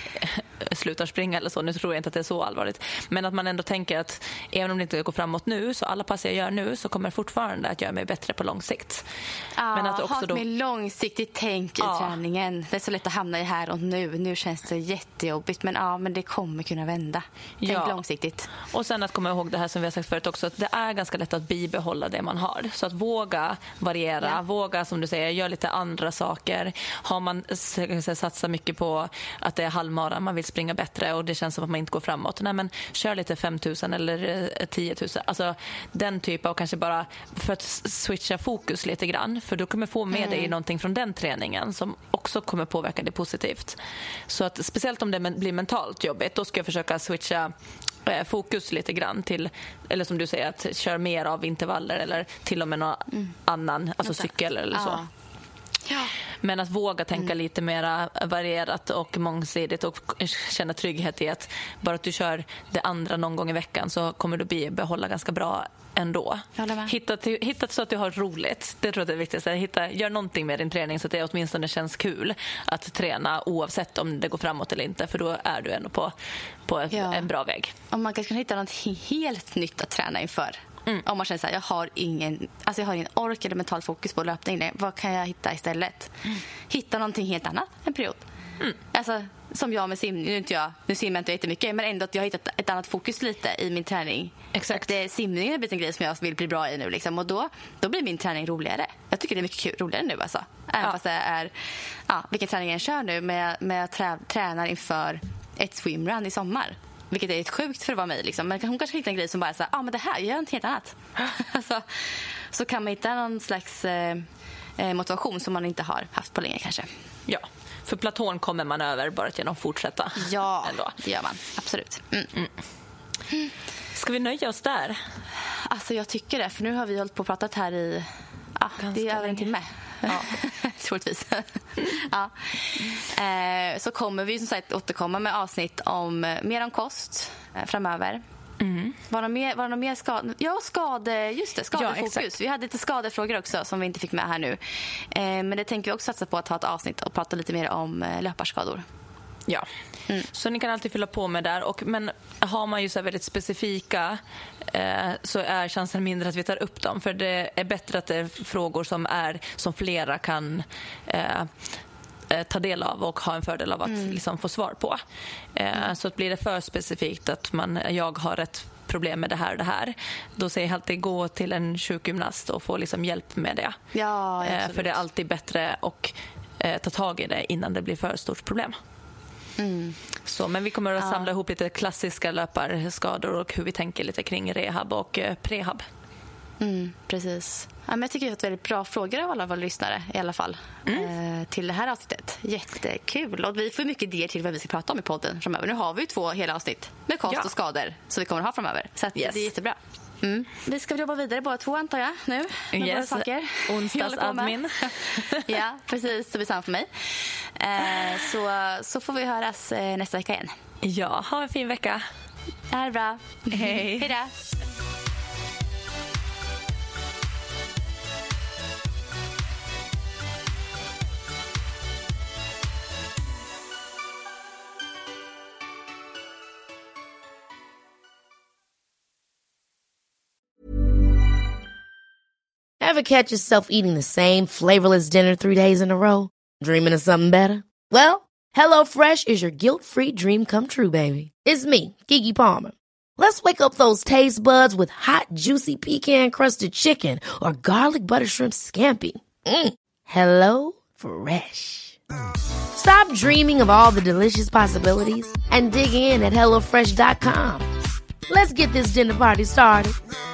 S2: slutar springa eller så. Nu tror jag inte att det är så allvarligt. Men att man ändå tänker att även om det inte går framåt nu, så alla pass jag gör nu så kommer fortfarande att göra mig bättre på lång sikt. Men att också
S3: ha med långsiktigt tänk i träningen. Det är så lätt att hamna i här och nu. Nu känns det jättejobbigt, men det kommer kunna vända. Tänk långsiktigt.
S2: Och sen att komma ihåg det här som vi har sagt förut också, att det är ganska lätt att bibehålla det man har. Så att våga variera, våga, som du säger, göra lite andra saker. Har man satsar mycket på att det är halvmara, man vill springa bättre och det känns som att man inte går framåt. Nej, men kör lite 5 000 eller 10 000. Alltså den typen av, kanske bara för att switcha fokus lite grann. För du kommer få med dig någonting från den träningen som också kommer påverka det positivt. Så att speciellt om det blir mentalt jobbigt, då ska jag försöka switcha fokus lite grann till, eller som du säger, att köra mer av intervaller eller till och med någon annan, alltså cykel eller så.
S3: Ja.
S2: Men att våga tänka lite mer varierat och mångsidigt och känna trygghet i att bara att du kör det andra någon gång i veckan så kommer du behålla ganska bra ändå. Hitta så att du har roligt. Det tror jag är viktigt. Gör någonting med din träning så att det åtminstone känns kul att träna oavsett om det går framåt eller inte. För då är du ändå på en bra väg.
S3: Om man kanske kan hitta något helt nytt att träna inför. Om man känner så här, jag har ingen ork eller mental fokus på löpning. Vad kan jag hitta istället? Hitta någonting helt annat en period. Alltså, som jag med simning. Nu simmar jag inte jättemycket, men ändå att jag har hittat ett annat fokus lite i min träning.
S2: Exakt.
S3: Simningen är en grej som jag vill bli bra i nu. Liksom. Och då blir min träning roligare. Jag tycker det är mycket roligare nu. Alltså. Även fast det är vilken träning jag kör nu. Men jag tränar inför ett swimrun i sommar. Vilket är ett sjukt för att vara mig. Liksom. Men hon kanske hittar en grej som bara är men det här gör något helt annat. Alltså, så kan man hitta någon slags motivation som man inte har haft på länge kanske.
S2: Ja, för platån kommer man över bara genom att fortsätta.
S3: Ja, ändå. Det gör man. Absolut.
S2: Ska vi nöja oss där?
S3: Alltså jag tycker det, för nu har vi hållit på och pratat här i det är över en timme. Ja, troligtvis. Så kommer vi som sagt återkomma med avsnitt om mer om kost framöver. Var det mer skadefokus. Vi hade lite skadefrågor också som vi inte fick med här nu. Men det tänker vi också satsa på att ha ett avsnitt och prata lite mer om löparskador.
S2: Ja, så ni kan alltid fylla på med där. Men har man ju så väldigt specifika så är chansen mindre att vi tar upp dem. För det är bättre att det är frågor som flera kan ta del av och ha en fördel av att liksom få svar på. Så att blir det för specifikt att jag har rätt problem med det här och det här. Då säger jag alltid gå till en sjukgymnast och få liksom hjälp med det.
S3: Ja,
S2: för det är alltid bättre att ta tag i det innan det blir för stort problem. Så, men vi kommer att samla ihop lite klassiska löparskador och hur vi tänker lite kring rehab och prehab.
S3: Precis. Ja, men jag tycker att det är väldigt bra frågor av alla våra lyssnare i alla fall till det här avsnittet. Jättekul. Och vi får mycket idéer till vad vi ska prata om i podden framöver. Nu har vi ju 2 hela avsnitt med kost och skador som vi kommer att ha framöver. Så att det är jättebra. Vi ska jobba vidare båda 2 antar jag nu. Med våra saker.
S2: Onsdagsadmin.
S3: Ja, precis. Så blir samma för mig. Så får vi höras nästa vecka igen.
S2: Ja, ha en fin vecka.
S3: Det är bra.
S2: Hej.
S3: Hej då.
S1: Ever catch yourself eating the same flavorless dinner 3 days in a row? Dreaming of something better? Well, HelloFresh is your guilt-free dream come true, baby. It's me, Keke Palmer. Let's wake up those taste buds with hot, juicy pecan-crusted chicken or garlic butter shrimp scampi. Hello Fresh. Stop dreaming of all the delicious possibilities and dig in at HelloFresh.com. Let's get this dinner party started.